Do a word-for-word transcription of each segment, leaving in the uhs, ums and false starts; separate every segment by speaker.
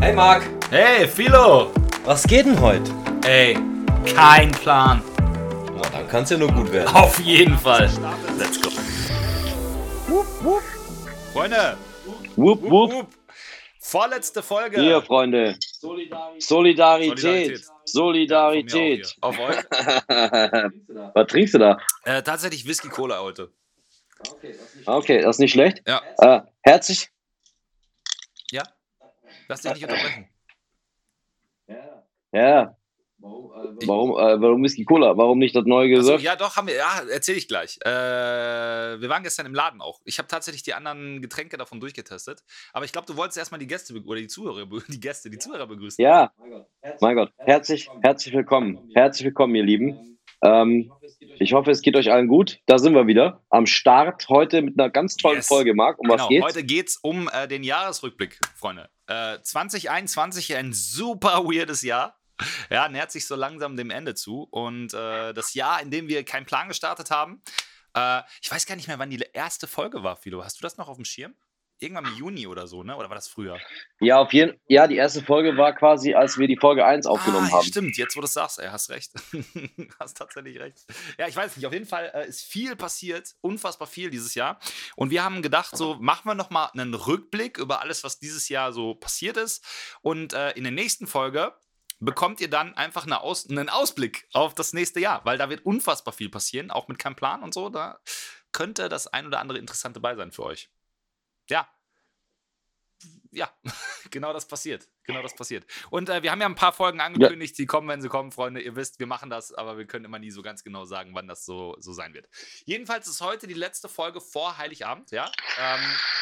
Speaker 1: Hi Marc.
Speaker 2: Hey Philo.
Speaker 1: Was geht denn heute?
Speaker 2: Ey, kein Plan.
Speaker 1: Na, dann kann's ja nur gut werden.
Speaker 2: Auf jeden Fall. Let's go. Wupp, wupp. Freunde.
Speaker 3: Wupp, wupp.
Speaker 2: Vorletzte Folge.
Speaker 3: Hier, Freunde. Solidarität. Solidarität. Solidarität.
Speaker 2: Ja, auf euch.
Speaker 3: Was trinkst du da?
Speaker 2: Äh, tatsächlich Whisky-Cola heute.
Speaker 3: Okay, das ist nicht schlecht.
Speaker 2: Ja.
Speaker 3: Äh, herzlich.
Speaker 2: Ja? Lass dich nicht unterbrechen.
Speaker 3: Ja. Warum, äh, warum Whisky Cola? Warum nicht das neue
Speaker 2: Achso,
Speaker 3: Gesöff?
Speaker 2: ja, doch, haben wir. Ja, erzähl ich gleich. Äh, wir waren gestern im Laden auch. Ich habe tatsächlich die anderen Getränke davon durchgetestet. Aber ich glaube, du wolltest erstmal die Gäste be- oder die Zuhörer, be- die Gäste, die Zuhörer begrüßen.
Speaker 3: Ja. Mein Gott. Herzlich, herzlich willkommen. Herzlich willkommen, ihr Lieben. Ähm, ich hoffe, es geht euch allen gut. Da sind wir wieder am Start heute mit einer ganz tollen
Speaker 2: Yes.
Speaker 3: Folge, Marc. Um
Speaker 2: Genau,
Speaker 3: was geht's?
Speaker 2: heute geht's um äh, den Jahresrückblick, Freunde. Äh, zwanzig einundzwanzig, ein super weirdes Jahr. Ja, nähert sich so langsam dem Ende zu. Und äh, das Jahr, in dem wir keinen Plan gestartet haben. Äh, ich weiß gar nicht mehr, wann die erste Folge war, Philo. Hast du das noch auf dem Schirm? Irgendwann im Juni oder so, ne? Oder war das früher?
Speaker 3: Ja, auf jeden Ja, die erste Folge war quasi, als wir die Folge eins aufgenommen
Speaker 2: ah,
Speaker 3: haben.
Speaker 2: Stimmt, jetzt wo du es sagst, ey, hast recht. Hast tatsächlich recht. Ja, ich weiß nicht, auf jeden Fall äh, ist viel passiert, unfassbar viel dieses Jahr. Und wir haben gedacht, so machen wir nochmal einen Rückblick über alles, was dieses Jahr so passiert ist. Und äh, in der nächsten Folge bekommt ihr dann einfach eine Aus- einen Ausblick auf das nächste Jahr, weil da wird unfassbar viel passieren, auch mit keinem Plan und so. Da könnte das ein oder andere Interessante bei sein für euch. Ja. Ja, genau das passiert. Genau das passiert. Und äh, wir haben ja ein paar Folgen angekündigt, ja. Die kommen, wenn sie kommen, Freunde. Ihr wisst, wir machen das, aber wir können immer nie so ganz genau sagen, wann das so, so sein wird. Jedenfalls ist heute die letzte Folge vor Heiligabend, ja. Ähm,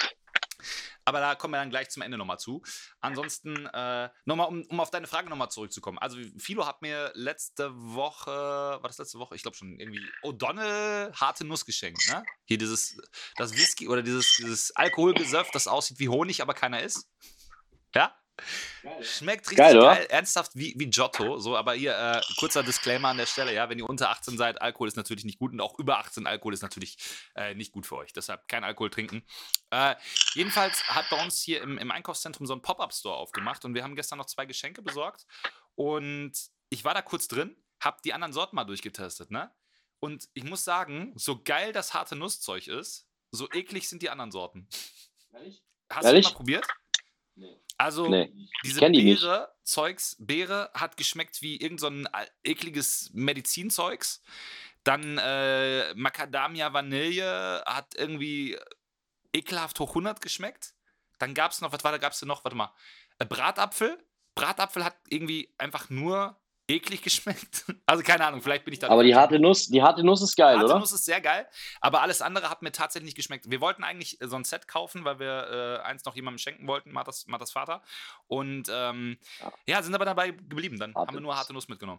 Speaker 2: aber da kommen wir dann gleich zum Ende nochmal zu. Ansonsten, äh, nochmal, um, um auf deine Frage nochmal zurückzukommen. Also, Philo hat mir letzte Woche, war das letzte Woche? Ich glaube schon, irgendwie O'Donnell harte Nuss geschenkt, ne? Hier dieses, das Whisky oder dieses, dieses Alkoholgesöff, das aussieht wie Honig, aber keiner ist. Ja? Schmeckt richtig
Speaker 3: geil,
Speaker 2: geil, ernsthaft wie, wie Giotto. So, aber hier, äh, kurzer Disclaimer an der Stelle, ja, wenn ihr unter achtzehn seid, Alkohol ist natürlich nicht gut und auch über achtzehn Alkohol ist natürlich äh, nicht gut für euch. Deshalb kein Alkohol trinken. Äh, jedenfalls hat bei uns hier im, im Einkaufszentrum so ein Pop-Up-Store aufgemacht und wir haben gestern noch zwei Geschenke besorgt und ich war da kurz drin, hab die anderen Sorten mal durchgetestet, ne? Und ich muss sagen, so geil das harte Nusszeug ist, so eklig sind die anderen Sorten. Hast
Speaker 3: Ehrlich?
Speaker 2: du mal probiert? Also,
Speaker 3: Nee,
Speaker 2: diese
Speaker 3: kenn die nicht.
Speaker 2: Beere, Zeugs, Beere hat geschmeckt wie irgend so ein al- ekliges Medizinzeugs. Dann äh, Macadamia Vanille hat irgendwie ekelhaft hoch hundert geschmeckt. Dann gab es noch, was war da, gab es noch, warte mal, äh, Bratapfel. Bratapfel hat irgendwie einfach nur eklig geschmeckt. Also keine Ahnung, vielleicht bin ich da...
Speaker 3: Aber die harte Nuss, die harte Nuss ist geil,
Speaker 2: Harte
Speaker 3: oder?
Speaker 2: Nuss ist sehr geil, aber alles andere hat mir tatsächlich nicht geschmeckt. Wir wollten eigentlich äh, so ein Set kaufen, weil wir äh, eins noch jemandem schenken wollten, Marthas, Marthas Vater. Und ähm,
Speaker 3: Ja.
Speaker 2: ja, sind aber dabei geblieben. Dann
Speaker 3: Harte
Speaker 2: haben wir nur
Speaker 3: Nuss.
Speaker 2: harte Nuss mitgenommen.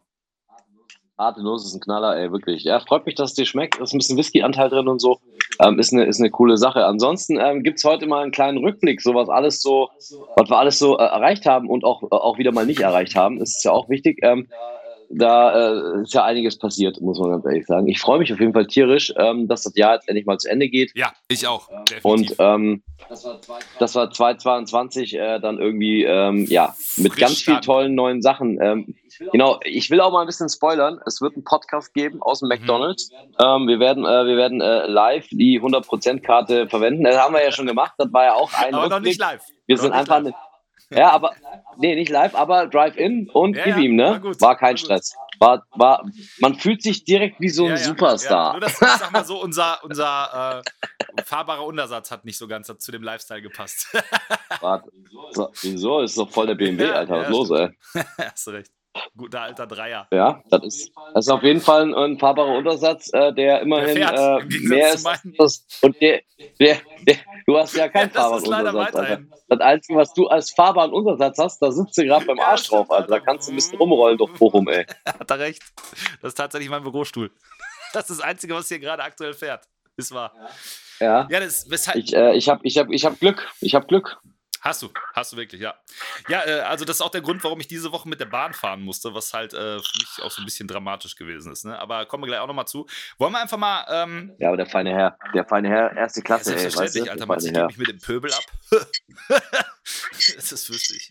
Speaker 3: Harte Nuss ist ein Knaller, ey, wirklich. Ja, freut mich, dass es dir schmeckt. Ist ein bisschen Whisky-Anteil drin und so. Ähm, ist, eine, ist eine coole Sache. Ansonsten ähm, gibt es heute mal einen kleinen Rückblick, so was alles so, was wir alles so äh, erreicht haben und auch, äh, auch wieder mal nicht erreicht haben. Das ist ja auch wichtig. Ähm, da äh, ist ja einiges passiert, muss man ganz ehrlich sagen. Ich freue mich auf jeden Fall tierisch, ähm, dass das Jahr jetzt endlich mal zu Ende geht.
Speaker 2: Ja, ich auch. Definitiv.
Speaker 3: Und ähm, das war zweitausendzweiundzwanzig äh, dann irgendwie, ähm, ja, mit
Speaker 2: Frisch
Speaker 3: ganz vielen
Speaker 2: starten.
Speaker 3: tollen neuen Sachen. Ähm, genau, ich will auch mal ein bisschen spoilern. Es wird einen Podcast geben aus dem
Speaker 2: Mhm.
Speaker 3: McDonald's. Ähm, wir werden, äh, wir werden äh, live die hundert Prozent Karte verwenden. Das haben wir ja schon gemacht. Das war ja auch ein
Speaker 2: aber noch
Speaker 3: Rückblick.
Speaker 2: nicht live.
Speaker 3: Wir
Speaker 2: Noch
Speaker 3: sind
Speaker 2: nicht
Speaker 3: einfach...
Speaker 2: live.
Speaker 3: Ja, aber, nee, nicht live, aber Drive-In und
Speaker 2: Ja,
Speaker 3: gib
Speaker 2: ja,
Speaker 3: ihm,
Speaker 2: war
Speaker 3: ne?
Speaker 2: gut,
Speaker 3: War kein
Speaker 2: war gut.
Speaker 3: Stress. War, war, man fühlt sich direkt wie so ein
Speaker 2: Ja, ja, Ja.
Speaker 3: Superstar.
Speaker 2: Nur, dass, ich sag mal so, unser, unser äh, fahrbarer Untersatz hat nicht so ganz zu dem Lifestyle gepasst.
Speaker 3: Warte. So, wieso? Das ist doch voll der B M W,
Speaker 2: Ja,
Speaker 3: Alter. Was
Speaker 2: ja,
Speaker 3: ist los, ey?
Speaker 2: Hast du recht. Guter alter Dreier.
Speaker 3: Ja, das ist, das ist auf jeden Fall ein, ein fahrbarer Untersatz, äh, der immerhin
Speaker 2: Der fährt,
Speaker 3: äh,
Speaker 2: im Gegensatz
Speaker 3: mehr
Speaker 2: zu
Speaker 3: ist.
Speaker 2: meinem.
Speaker 3: Das, und der, der, der, du hast ja keinen
Speaker 2: Ja, das ist leider
Speaker 3: Fahrbahnuntersatz, Alter.
Speaker 2: weiterhin.
Speaker 3: Das Einzige, was du als Fahrbahnuntersatz hast, da sitzt du gerade beim
Speaker 2: Ja,
Speaker 3: Arsch
Speaker 2: stimmt,
Speaker 3: drauf, Alter. Da
Speaker 2: Alter.
Speaker 3: kannst du ein bisschen rumrollen durch Bochum, ey.
Speaker 2: Hat er recht. Das ist tatsächlich mein Bürostuhl. Das ist das Einzige, was hier gerade aktuell fährt. Ist wahr.
Speaker 3: Ja.
Speaker 2: Ja, das weshalb.
Speaker 3: Ich, äh, ich habe ich hab, ich hab Glück. Ich habe Glück.
Speaker 2: Hast du, hast du wirklich, ja. Ja, äh, also das ist auch der Grund, warum ich diese Woche mit der Bahn fahren musste, was halt äh, für mich auch so ein bisschen dramatisch gewesen ist. Ne? Aber kommen wir gleich auch nochmal zu. Wollen wir einfach mal... Ähm,
Speaker 3: Ja, aber der feine Herr, der feine Herr, erste
Speaker 2: ja,
Speaker 3: Klasse, ey, weißt du?
Speaker 2: selbstverständlich,
Speaker 3: Der
Speaker 2: Alter, man
Speaker 3: feine
Speaker 2: zieht
Speaker 3: Herr.
Speaker 2: mich mit dem Pöbel ab. Das ist lustig.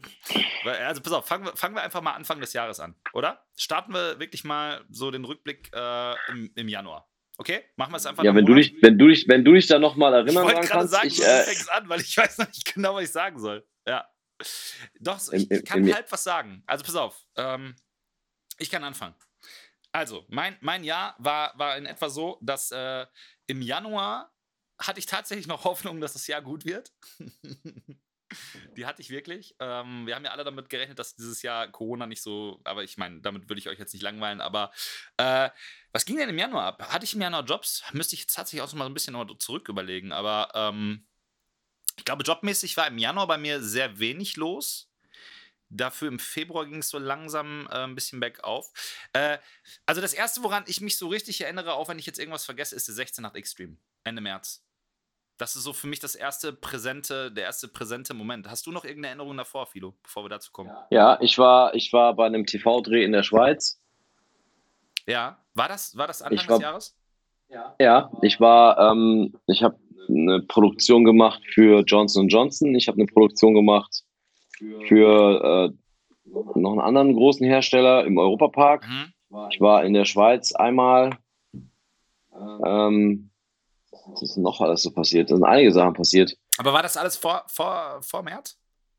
Speaker 2: Also pass auf, fangen wir, fangen wir einfach mal Anfang des Jahres an, oder? Starten wir wirklich mal so den Rückblick äh, im, im Januar. Okay? Machen wir es einfach
Speaker 3: Ja,
Speaker 2: nach
Speaker 3: wenn du,
Speaker 2: Monat.
Speaker 3: dich, wenn, du dich, wenn du dich da nochmal
Speaker 2: Ich
Speaker 3: erinnern
Speaker 2: wollte
Speaker 3: dran
Speaker 2: gerade
Speaker 3: kannst.
Speaker 2: sagen,
Speaker 3: ich,
Speaker 2: so,
Speaker 3: äh,
Speaker 2: du fängst an, weil ich weiß noch nicht genau, was ich sagen soll. Ja. Doch, so, ich,
Speaker 3: Im-
Speaker 2: ich kann
Speaker 3: im-
Speaker 2: halb was sagen. Also pass auf, ähm, ich kann anfangen. Also, mein, mein Jahr war, war in etwa so, dass äh, im Januar hatte ich tatsächlich noch Hoffnung, dass das Jahr gut wird. Die hatte ich wirklich. Ähm, wir haben ja alle damit gerechnet, dass dieses Jahr Corona nicht so, aber ich meine, damit würde ich euch jetzt nicht langweilen, aber äh, was ging denn im Januar ab? Hatte ich im Januar Jobs? Müsste ich jetzt tatsächlich auch so mal ein bisschen noch zurück überlegen, aber ähm, ich glaube, jobmäßig war im Januar bei mir sehr wenig los. Dafür im Februar ging es so langsam äh, ein bisschen bergauf. Äh, also das Erste, woran ich mich so richtig erinnere, auch wenn ich jetzt irgendwas vergesse, ist der sechzehn Nacht Extreme, Ende März. Das ist so für mich das erste präsente, der erste präsente Moment. Hast du noch irgendeine Erinnerung davor, Philo, bevor wir dazu kommen?
Speaker 3: ja, ich war, ich war bei einem T V-Dreh in der Schweiz.
Speaker 2: Ja, war das, war das Anfang
Speaker 3: Ich war-
Speaker 2: des Jahres?
Speaker 3: Ja, ich war, ähm, ich habe eine Produktion gemacht für Johnson und Johnson. Ich habe eine Produktion gemacht für äh, noch einen anderen großen Hersteller im Europapark.
Speaker 2: Mhm.
Speaker 3: Ich war in der Schweiz einmal. Ähm, was ist noch alles so passiert? Da sind einige Sachen passiert.
Speaker 2: Aber war das alles vor, vor, vor März?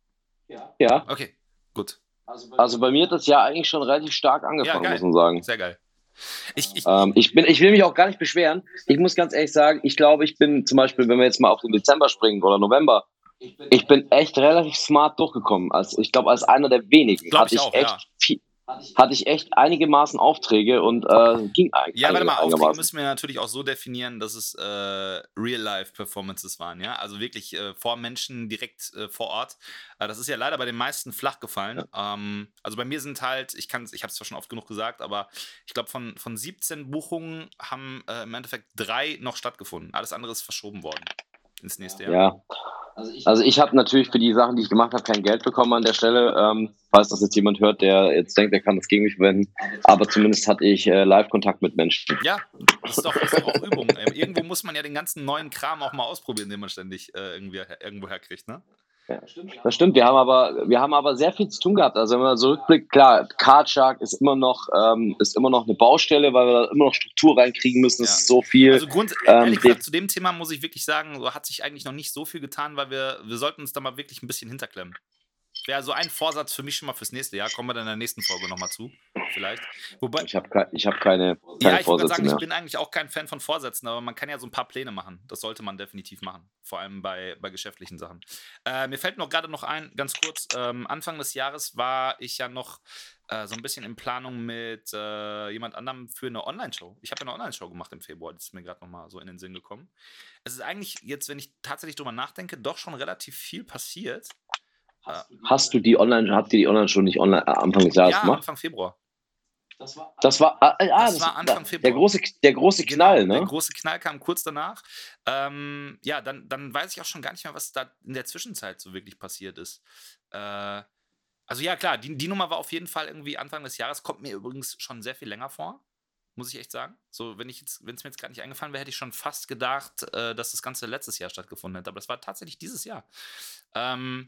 Speaker 3: Ja,
Speaker 2: Okay, gut.
Speaker 3: also bei mir hat das Jahr eigentlich schon relativ stark
Speaker 2: Ja,
Speaker 3: angefangen,
Speaker 2: geil.
Speaker 3: muss man sagen.
Speaker 2: Sehr geil. Ich, ich,
Speaker 3: Ähm, ich, bin, ich will mich auch gar nicht beschweren. Ich muss ganz ehrlich sagen, ich glaube, ich bin zum Beispiel, wenn wir jetzt mal auf den Dezember springen oder November, ich bin echt relativ smart durchgekommen. Also ich glaube, als einer der wenigen
Speaker 2: Glaub
Speaker 3: hatte
Speaker 2: ich
Speaker 3: ich
Speaker 2: auch,
Speaker 3: echt
Speaker 2: ja.
Speaker 3: viel, hatte ich echt einigermaßen Aufträge und äh, ging eigentlich.
Speaker 2: Ja, warte mal, Aufträge
Speaker 3: einigermaßen.
Speaker 2: müssen wir natürlich auch so definieren, dass es äh, Real-Life-Performances waren, ja? Also wirklich äh, vor Menschen direkt äh, vor Ort. Äh, das ist ja leider bei den meisten flach gefallen. Ähm, also bei mir sind halt, ich kann ich habe es zwar schon oft genug gesagt, aber ich glaube, von, von siebzehn Buchungen haben äh, im Endeffekt drei noch stattgefunden. Alles andere ist verschoben worden ins nächste Jahr.
Speaker 3: Ja. Also ich habe natürlich für die Sachen, die ich gemacht habe, kein Geld bekommen an der Stelle. Ähm, falls das jetzt jemand hört, der jetzt denkt, er kann das gegen mich verwenden. Aber zumindest hatte ich äh, Live-Kontakt mit Menschen.
Speaker 2: Ja, das ist doch, das ist doch auch Übung. Ähm, irgendwo muss man ja den ganzen neuen Kram auch mal ausprobieren, den man ständig äh, irgendwie her- irgendwo herkriegt, ne?
Speaker 3: Ja, das stimmt, wir haben aber, wir haben aber sehr viel zu tun gehabt. Also wenn man so rückblickt, klar, Card Shark ist immer noch, ähm, ist immer noch eine Baustelle, weil wir da immer noch Struktur reinkriegen müssen. Es
Speaker 2: Ja.
Speaker 3: ist so viel.
Speaker 2: Also Grund,
Speaker 3: ähm,
Speaker 2: ehrlich
Speaker 3: de-
Speaker 2: gesagt, zu dem Thema muss ich wirklich sagen, so hat sich eigentlich noch nicht so viel getan, weil wir, wir sollten uns da mal wirklich ein bisschen hinterklemmen. Wäre so ein Vorsatz für mich schon mal fürs nächste Jahr. Kommen wir dann in der nächsten Folge nochmal zu, vielleicht. Wobei,
Speaker 3: ich habe ke ich hab keine,
Speaker 2: ja,
Speaker 3: keine
Speaker 2: ich wollte gerade
Speaker 3: Vorsätze
Speaker 2: sagen, ich
Speaker 3: mehr.
Speaker 2: bin eigentlich auch kein Fan von Vorsätzen, aber man kann ja so ein paar Pläne machen. Das sollte man definitiv machen. Vor allem bei, bei geschäftlichen Sachen. Äh, mir fällt noch gerade noch ein, ganz kurz, ähm, Anfang des Jahres war ich ja noch äh, so ein bisschen in Planung mit äh, jemand anderem für eine Online-Show. Ich habe ja eine Online-Show gemacht im Februar, das ist mir gerade nochmal so in den Sinn gekommen. Es ist eigentlich jetzt, wenn ich tatsächlich drüber nachdenke, doch schon relativ viel passiert.
Speaker 3: Hast du die Online, habt ihr die Online schon nicht online, äh, Anfang des Jahres
Speaker 2: Ja,
Speaker 3: gemacht?
Speaker 2: Anfang Februar.
Speaker 3: Das war, ah, ah,
Speaker 2: Das war Anfang Februar.
Speaker 3: Der große, der große Knall,
Speaker 2: Genau,
Speaker 3: ne?
Speaker 2: der große Knall kam kurz danach. Ähm, ja, dann, dann weiß ich auch schon gar nicht mehr, was da in der Zwischenzeit so wirklich passiert ist. Äh, also ja, klar, die, die Nummer war auf jeden Fall irgendwie Anfang des Jahres, kommt mir übrigens schon sehr viel länger vor, muss ich echt sagen. So, wenn ich jetzt, wenn es mir jetzt gar nicht eingefallen wäre, hätte ich schon fast gedacht, äh, dass das Ganze letztes Jahr stattgefunden hätte. Aber das war tatsächlich dieses Jahr. Ähm,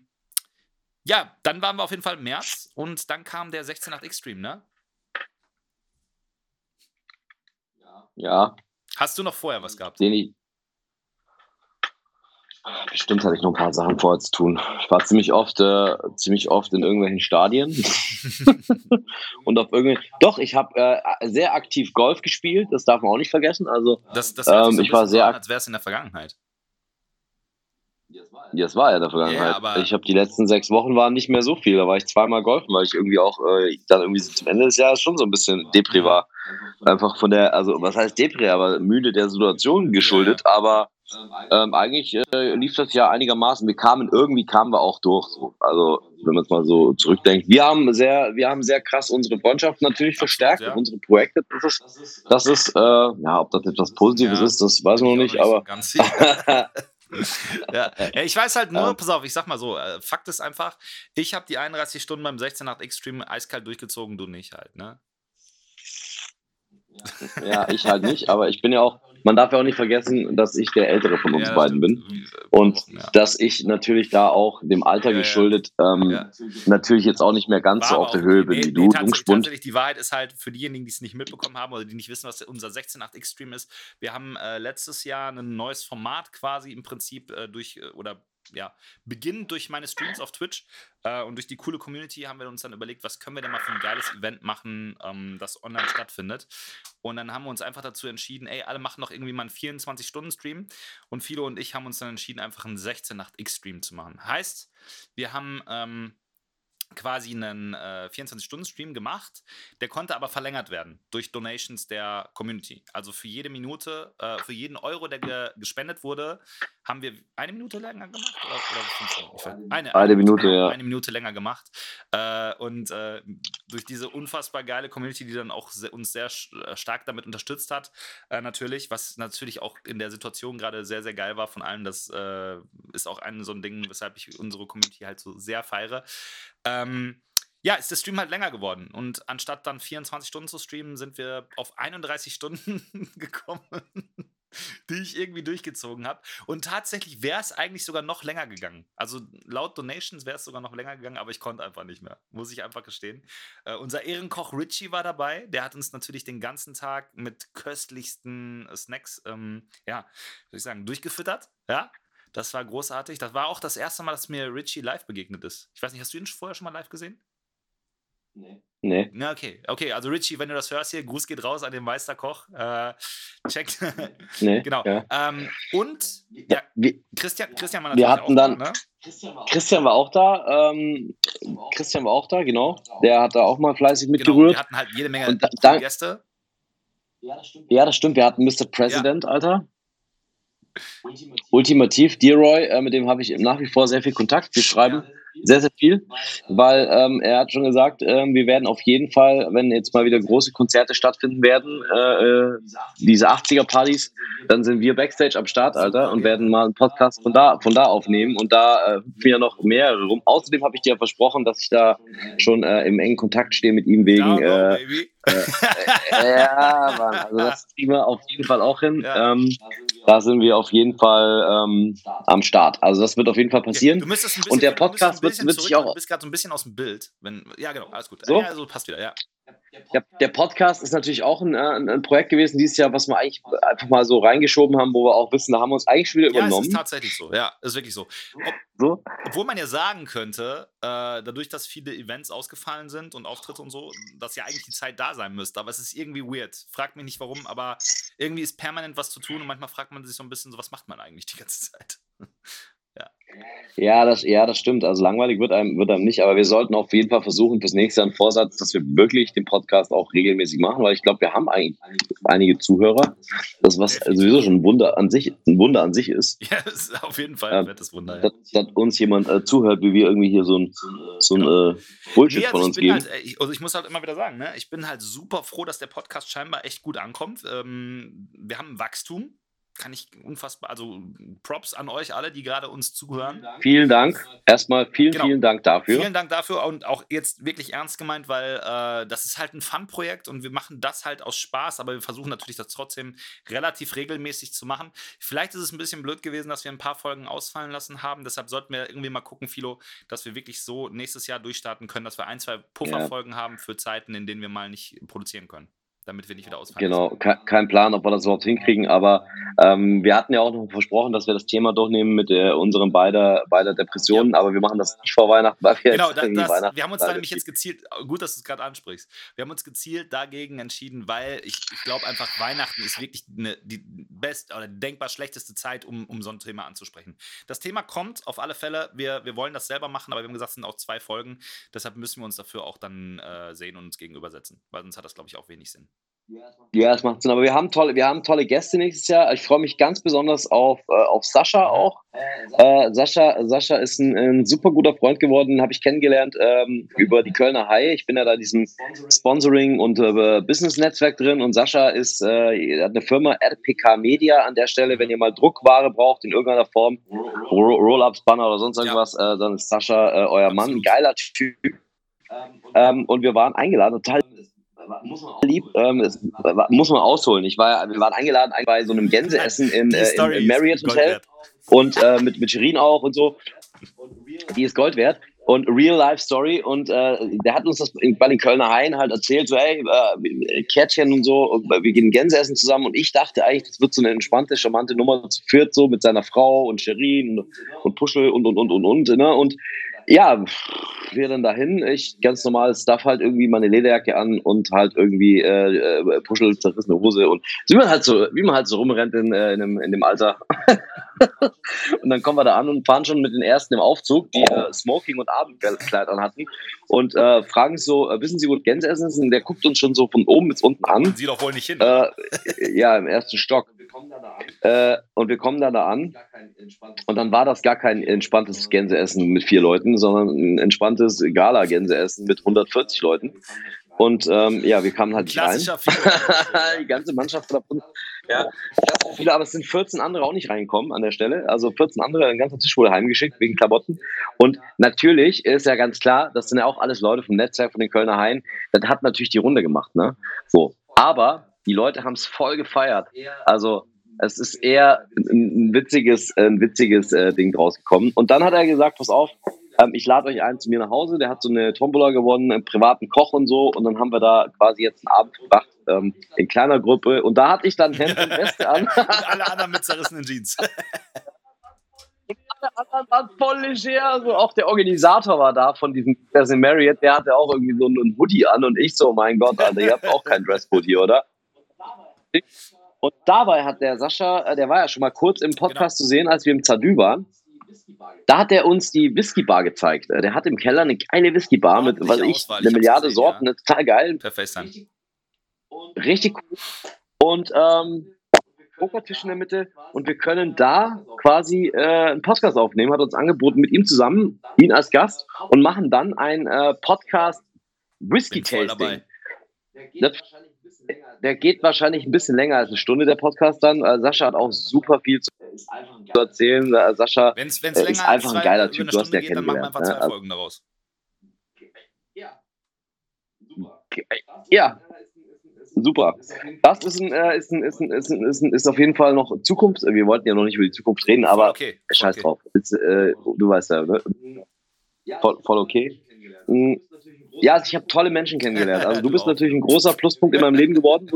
Speaker 2: ja, dann waren wir auf jeden Fall im März und dann kam der sechzehn Nacht Extreme, ne?
Speaker 3: Ja,
Speaker 2: Hast du noch vorher was gehabt?
Speaker 3: den ich. Bestimmt hatte ich noch ein paar Sachen vorher zu tun. Ich war ziemlich oft, äh, ziemlich oft in irgendwelchen Stadien. Und auf irgendwelchen. Doch, ich habe äh, sehr aktiv Golf gespielt, das darf man auch nicht vergessen. Also,
Speaker 2: Das, das hört sich
Speaker 3: Ähm,
Speaker 2: so ein
Speaker 3: ich war
Speaker 2: bisschen so
Speaker 3: sehr
Speaker 2: an,
Speaker 3: ak-
Speaker 2: als wäre es in der Vergangenheit.
Speaker 3: das war ja in der Vergangenheit.
Speaker 2: Ja, aber-
Speaker 3: ich habe die letzten sechs Wochen waren nicht mehr so viel. Da war ich zweimal golfen, weil ich irgendwie auch äh, dann irgendwie so zum Ende des Jahres schon so ein bisschen Depri war. Einfach von der, also was heißt Depri, aber müde der Situation geschuldet. Aber ähm, eigentlich äh, lief das ja einigermaßen. Wir kamen irgendwie kamen wir auch durch. So. Also wenn man es mal so zurückdenkt, wir haben sehr, wir haben sehr krass unsere Freundschaft natürlich
Speaker 2: Absolut,
Speaker 3: verstärkt
Speaker 2: ja.
Speaker 3: und unsere Projekte. Das ist, das ist, äh, ja, ob das etwas Positives
Speaker 2: Ja,
Speaker 3: ist, das weiß man noch
Speaker 2: Bin
Speaker 3: nicht.
Speaker 2: ich auch
Speaker 3: Aber
Speaker 2: so ganz sicher. ja. ja, ich weiß halt nur,
Speaker 3: Ähm.
Speaker 2: pass auf, ich sag mal so, äh, Fakt ist einfach, ich habe die einunddreißig Stunden beim sechzehn Nacht Extreme eiskalt durchgezogen, du nicht halt, ne?
Speaker 3: Ja, ich halt nicht, aber ich bin ja auch, man darf ja auch nicht vergessen, dass ich der Ältere von uns
Speaker 2: Ja, das
Speaker 3: beiden
Speaker 2: stimmt.
Speaker 3: bin und
Speaker 2: Ja.
Speaker 3: dass ich natürlich da auch dem Alter
Speaker 2: Ja, ja.
Speaker 3: geschuldet ähm,
Speaker 2: Ja.
Speaker 3: natürlich jetzt auch nicht mehr ganz
Speaker 2: War
Speaker 3: so
Speaker 2: aber
Speaker 3: auf der
Speaker 2: auch
Speaker 3: Höhe
Speaker 2: okay.
Speaker 3: bin
Speaker 2: Nee,
Speaker 3: wie
Speaker 2: nee,
Speaker 3: du,
Speaker 2: tatsächlich,
Speaker 3: Jungspund.
Speaker 2: tatsächlich, die Wahrheit ist halt für diejenigen, die es nicht mitbekommen haben oder die nicht wissen, was unser sechzehn acht X-Stream ist. Wir haben äh, letztes Jahr ein neues Format quasi im Prinzip äh, durch, äh, oder ja, beginnend durch meine Streams auf Twitch äh, und durch die coole Community haben wir uns dann überlegt, was können wir denn mal für ein geiles Event machen, ähm, das online stattfindet. Und dann haben wir uns einfach dazu entschieden, ey, alle machen doch irgendwie mal einen vierundzwanzig-Stunden-Stream. Und Philo und ich haben uns dann entschieden, einfach einen sechzehn acht X-Stream zu machen. Heißt, wir haben ähm, quasi einen äh, vierundzwanzig-Stunden-Stream gemacht, der konnte aber verlängert werden durch Donations der Community. Also für jede Minute, äh, für jeden Euro, der ge gespendet wurde, haben wir eine Minute länger gemacht oder, oder fünf Minuten? Ich weiß- Eine, eine,
Speaker 3: Eine Minute,
Speaker 2: genau,
Speaker 3: ja.
Speaker 2: eine Minute länger gemacht. Äh, und äh, durch diese unfassbar geile Community, die dann auch se uns sehr sch- stark damit unterstützt hat, äh, natürlich, was natürlich auch in der Situation gerade sehr, sehr geil war von allem, das äh, ist auch ein so ein Ding, weshalb ich unsere Community halt so sehr feiere. Ähm, ja, ist der Stream halt länger geworden. Und anstatt dann vierundzwanzig Stunden zu streamen, sind wir auf einunddreißig Stunden gekommen, die ich irgendwie durchgezogen habe. Und tatsächlich wäre es eigentlich sogar noch länger gegangen. Also laut Donations wäre es sogar noch länger gegangen, aber ich konnte einfach nicht mehr. Muss ich einfach gestehen. Äh, unser Ehrenkoch Richie war dabei. Der hat uns natürlich den ganzen Tag mit köstlichsten Snacks, ähm, ja, soll ich sagen, durchgefüttert. Ja. Das war großartig. Das war auch das erste Mal, dass mir Richie live begegnet ist. Ich weiß nicht, hast du ihn vorher schon mal live gesehen?
Speaker 3: Nee.
Speaker 2: Na, okay. Okay, also Richie, wenn du das hörst hier, Gruß geht raus an den Meisterkoch. Äh, checkt.
Speaker 3: Nee,
Speaker 2: genau.
Speaker 3: ja.
Speaker 2: Ähm, und ja,
Speaker 3: Wir,
Speaker 2: Christian, Christian war
Speaker 3: wir
Speaker 2: natürlich
Speaker 3: hatten
Speaker 2: auch
Speaker 3: dann,
Speaker 2: da, ne?
Speaker 3: Christian war auch da, ähm, Christian war auch da, genau. Der hat da auch mal fleißig
Speaker 2: Genau, und wir
Speaker 3: mitgerührt.
Speaker 2: hatten halt jede Menge
Speaker 3: Und da-
Speaker 2: coole
Speaker 3: dann-
Speaker 2: Gäste.
Speaker 3: Ja, das stimmt. Wir hatten Mister President, Alter. Ultimativ, Deroy, äh, mit dem habe ich nach wie vor sehr viel Kontakt. Wir schreiben sehr, sehr viel, weil ähm, er hat schon gesagt, ähm, wir werden auf jeden Fall, wenn jetzt mal wieder große Konzerte stattfinden werden, äh, äh, diese achtziger-Partys, dann sind wir Backstage am Start, Alter, und werden mal einen Podcast von da, von da aufnehmen. Und da äh, hüpfen ja noch mehrere rum. Außerdem habe ich dir versprochen, dass ich da schon äh, im engen Kontakt stehe mit ihm wegen...
Speaker 2: Down low,
Speaker 3: Äh,
Speaker 2: baby.
Speaker 3: äh, ja, Mann, also das kriegen wir auf jeden Fall auch hin.
Speaker 2: Ja.
Speaker 3: Ähm, da sind wir auf jeden Fall ähm, am Start. Also das wird auf jeden Fall passieren.
Speaker 2: Okay, du müsstest ein bisschen,
Speaker 3: Und der
Speaker 2: du müsstest ein
Speaker 3: Podcast wird,
Speaker 2: bisschen
Speaker 3: wird sich
Speaker 2: zurück,
Speaker 3: auch...
Speaker 2: Du bist gerade so ein bisschen aus dem Bild. Wenn, ja, genau, alles gut.
Speaker 3: So?
Speaker 2: Ja, so passt wieder, ja.
Speaker 3: Der, der Podcast ist natürlich auch ein, ein, ein Projekt gewesen dieses Jahr, was wir eigentlich einfach mal so reingeschoben haben, wo wir auch wissen, da haben wir uns eigentlich schon wieder
Speaker 2: Ja, es
Speaker 3: übernommen.
Speaker 2: ist tatsächlich so. Ja, ist wirklich so. Ob,
Speaker 3: So?
Speaker 2: Obwohl man ja sagen könnte, äh, dadurch, dass viele Events ausgefallen sind und Auftritte und so, dass ja eigentlich die Zeit da sein müsste. Aber es ist irgendwie weird. Fragt mich nicht warum, aber irgendwie ist permanent was zu tun und manchmal fragt man sich so ein bisschen so, was macht man eigentlich die ganze Zeit?
Speaker 3: Ja, das, ja, das stimmt. Also langweilig wird einem, wird einem nicht, aber wir sollten auf jeden Fall versuchen, fürs nächste Jahr einen Vorsatz, dass wir wirklich den Podcast auch regelmäßig machen, weil ich glaube, wir haben eigentlich einige Zuhörer. Das, was sowieso schon ein Wunder an sich, ein Wunder an sich ist.
Speaker 2: Ja, das ist auf jeden Fall ein
Speaker 3: Ähm,
Speaker 2: fettes Wunder. Ja.
Speaker 3: dass, dass uns jemand äh, zuhört, wie wir irgendwie hier so ein, so ein
Speaker 2: Genau.
Speaker 3: äh, Bullshit
Speaker 2: Nee, also
Speaker 3: von
Speaker 2: ich
Speaker 3: uns
Speaker 2: bin
Speaker 3: geben.
Speaker 2: halt, äh, ich, also ich muss halt immer wieder sagen, ne, ich bin halt super froh, dass der Podcast scheinbar echt gut ankommt. Ähm, wir haben ein Wachstum. Kann ich unfassbar, also Props an euch alle, die gerade uns zuhören.
Speaker 3: Vielen Dank. Erstmal vielen,
Speaker 2: Genau.
Speaker 3: vielen Dank dafür.
Speaker 2: Vielen Dank dafür und auch jetzt wirklich ernst gemeint, weil äh, das ist halt ein Fun-Projekt und wir machen das halt aus Spaß, aber wir versuchen natürlich das trotzdem relativ regelmäßig zu machen. Vielleicht ist es ein bisschen blöd gewesen, dass wir ein paar Folgen ausfallen lassen haben, deshalb sollten wir irgendwie mal gucken, Philo, dass wir wirklich so nächstes Jahr durchstarten können, dass wir ein, zwei Pufferfolgen ja. haben für Zeiten, in denen wir mal nicht produzieren können, damit wir nicht wieder ausfallen.
Speaker 3: Genau, ke kein Plan, ob wir das überhaupt hinkriegen, aber ähm, wir hatten ja auch noch versprochen, dass wir das Thema durchnehmen mit äh, unseren beider, beider Depressionen, ja. aber wir machen das nicht vor Weihnachten, weil wir
Speaker 2: genau,
Speaker 3: jetzt
Speaker 2: da,
Speaker 3: irgendwie
Speaker 2: das,
Speaker 3: Weihnachten...
Speaker 2: wir haben uns da nämlich jetzt gezielt, gut, dass du es gerade ansprichst, wir haben uns gezielt dagegen entschieden, weil ich, ich glaube einfach, Weihnachten ist wirklich eine, die best oder denkbar schlechteste Zeit, um, um so ein Thema anzusprechen. Das Thema kommt auf alle Fälle, wir, wir wollen das selber machen, aber wir haben gesagt, es sind auch zwei Folgen, deshalb müssen wir uns dafür auch dann äh, sehen und uns gegenübersetzen, weil sonst hat das, glaube ich, auch wenig Sinn.
Speaker 3: Ja, das macht Sinn. Aber wir haben tolle, wir haben tolle Gäste nächstes Jahr. Ich freue mich ganz besonders auf, äh, auf Sascha auch. Äh, Sascha, Sascha ist ein, ein super guter Freund geworden, habe ich kennengelernt ähm, über die Kölner Haie. Ich bin ja da in diesem Sponsoring- und äh, Business-Netzwerk drin und Sascha ist, äh, hat eine Firma R P K Media an der Stelle. Wenn ihr mal Druckware braucht in irgendeiner Form, Roll-Ups, Banner oder sonst irgendwas, ja. äh, dann ist Sascha äh, euer Mann. Ein geiler Typ. Ähm, und wir waren eingeladen, total muss man auch lieb, ähm, es, muss man ausholen. Ich war, wir waren eingeladen bei so einem Gänseessen in, äh, im, im Marriott Hotel und äh, mit, mit Shirin auch und so. Die ist Gold wert. Und Real-Life-Story und äh, der hat uns das bei den Kölner Hain halt erzählt, so hey, äh, Kärtchen und so, und wir gehen Gänse essen zusammen und ich dachte eigentlich, das wird so eine entspannte, charmante Nummer zu viert, so mit seiner Frau und Shirin und, und Puschel und und und und und, ne? Und ja, wir dann dahin, ich ganz normal Stuff halt irgendwie meine Lederjacke an und halt irgendwie äh, äh, Puschel, zerrissene Hose und so, wie man halt so, wie man halt so rumrennt in, äh, in, dem, in dem Alter. Und dann kommen wir da an und fahren schon mit den ersten im Aufzug, die äh, Smoking und Abendkleid anhatten und äh, fragen so, äh, wissen Sie, wo Gänse essen ist? Und der guckt uns schon so von oben bis unten an.
Speaker 2: Sie doch wohl nicht hin.
Speaker 3: Äh, ja, im ersten Stock. Äh, und wir kommen dann da an und dann war das gar kein entspanntes Gänseessen mit vier Leuten, sondern ein entspanntes Gala-Gänseessen mit hundertvierzig Leuten. Und ähm, ja, wir kamen halt nicht rein. Die ganze Mannschaft von der ja, viele, aber es sind vierzehn andere auch nicht reingekommen an der Stelle. Also vierzehn andere, ein ganzer Tisch wurde heimgeschickt wegen Klamotten. Und natürlich ist ja ganz klar, das sind ja auch alles Leute vom Netzwerk von den Kölner Hain. Das hat natürlich die Runde gemacht, ne? So. Aber die Leute haben es voll gefeiert. Also es ist eher ein, ein witziges, ein witziges äh, Ding draus gekommen. Und dann hat er gesagt, pass auf, ähm, ich lade euch einen zu mir nach Hause. Der hat so eine Tombola gewonnen, einen privaten Koch und so. Und dann haben wir da quasi jetzt einen Abend verbracht ähm, in kleiner Gruppe. Und da hatte ich dann Hemd und Weste an.
Speaker 2: Und alle anderen mit zerrissenen Jeans.
Speaker 3: Und alle anderen waren voll leger. Also auch der Organisator war da von diesem Person Marriott. Der hatte auch irgendwie so einen Hoodie an. Und ich so, mein Gott, Alter, ihr habt auch keinen Dresscode hier, oder? Und dabei hat der Sascha, der war ja schon mal kurz im Podcast genau zu sehen, als wir im Zadü waren. Da hat er uns die Whisky-Bar gezeigt. Der hat im Keller eine geile Whisky-Bar mit, was ich, eine Milliarde Sorten, ja. Total geil.
Speaker 2: Perfekt sein.
Speaker 3: Richtig cool. Und ähm, Pokertisch in der Mitte. Und wir können da quasi äh, einen Podcast aufnehmen, hat uns angeboten, mit ihm zusammen, ihn als Gast, und machen dann ein äh, Podcast Whisky-Tasting. Das, der geht wahrscheinlich ein bisschen länger als eine Stunde, der Podcast dann. Äh, Sascha hat auch super viel zu erzählen. Äh, Sascha
Speaker 2: wenn's, wenn's
Speaker 3: äh, ist einfach ein geiler Typ. Du hast ja
Speaker 2: geht, dann machen wir einfach zwei
Speaker 3: ne?
Speaker 2: Folgen daraus.
Speaker 3: Ja, super. Das ist, ein, äh, ist, ein, ist, ein, ist, ein, ist, ein, ist auf jeden Fall noch Zukunft. Wir wollten ja noch nicht über die Zukunft reden, aber
Speaker 2: okay.
Speaker 3: scheiß
Speaker 2: okay.
Speaker 3: drauf. Ist, äh, du weißt ja, ne? Voll, voll okay. Mhm. Ja, also ich habe tolle Menschen kennengelernt. Also du bist natürlich ein großer Pluspunkt in meinem Leben geworden.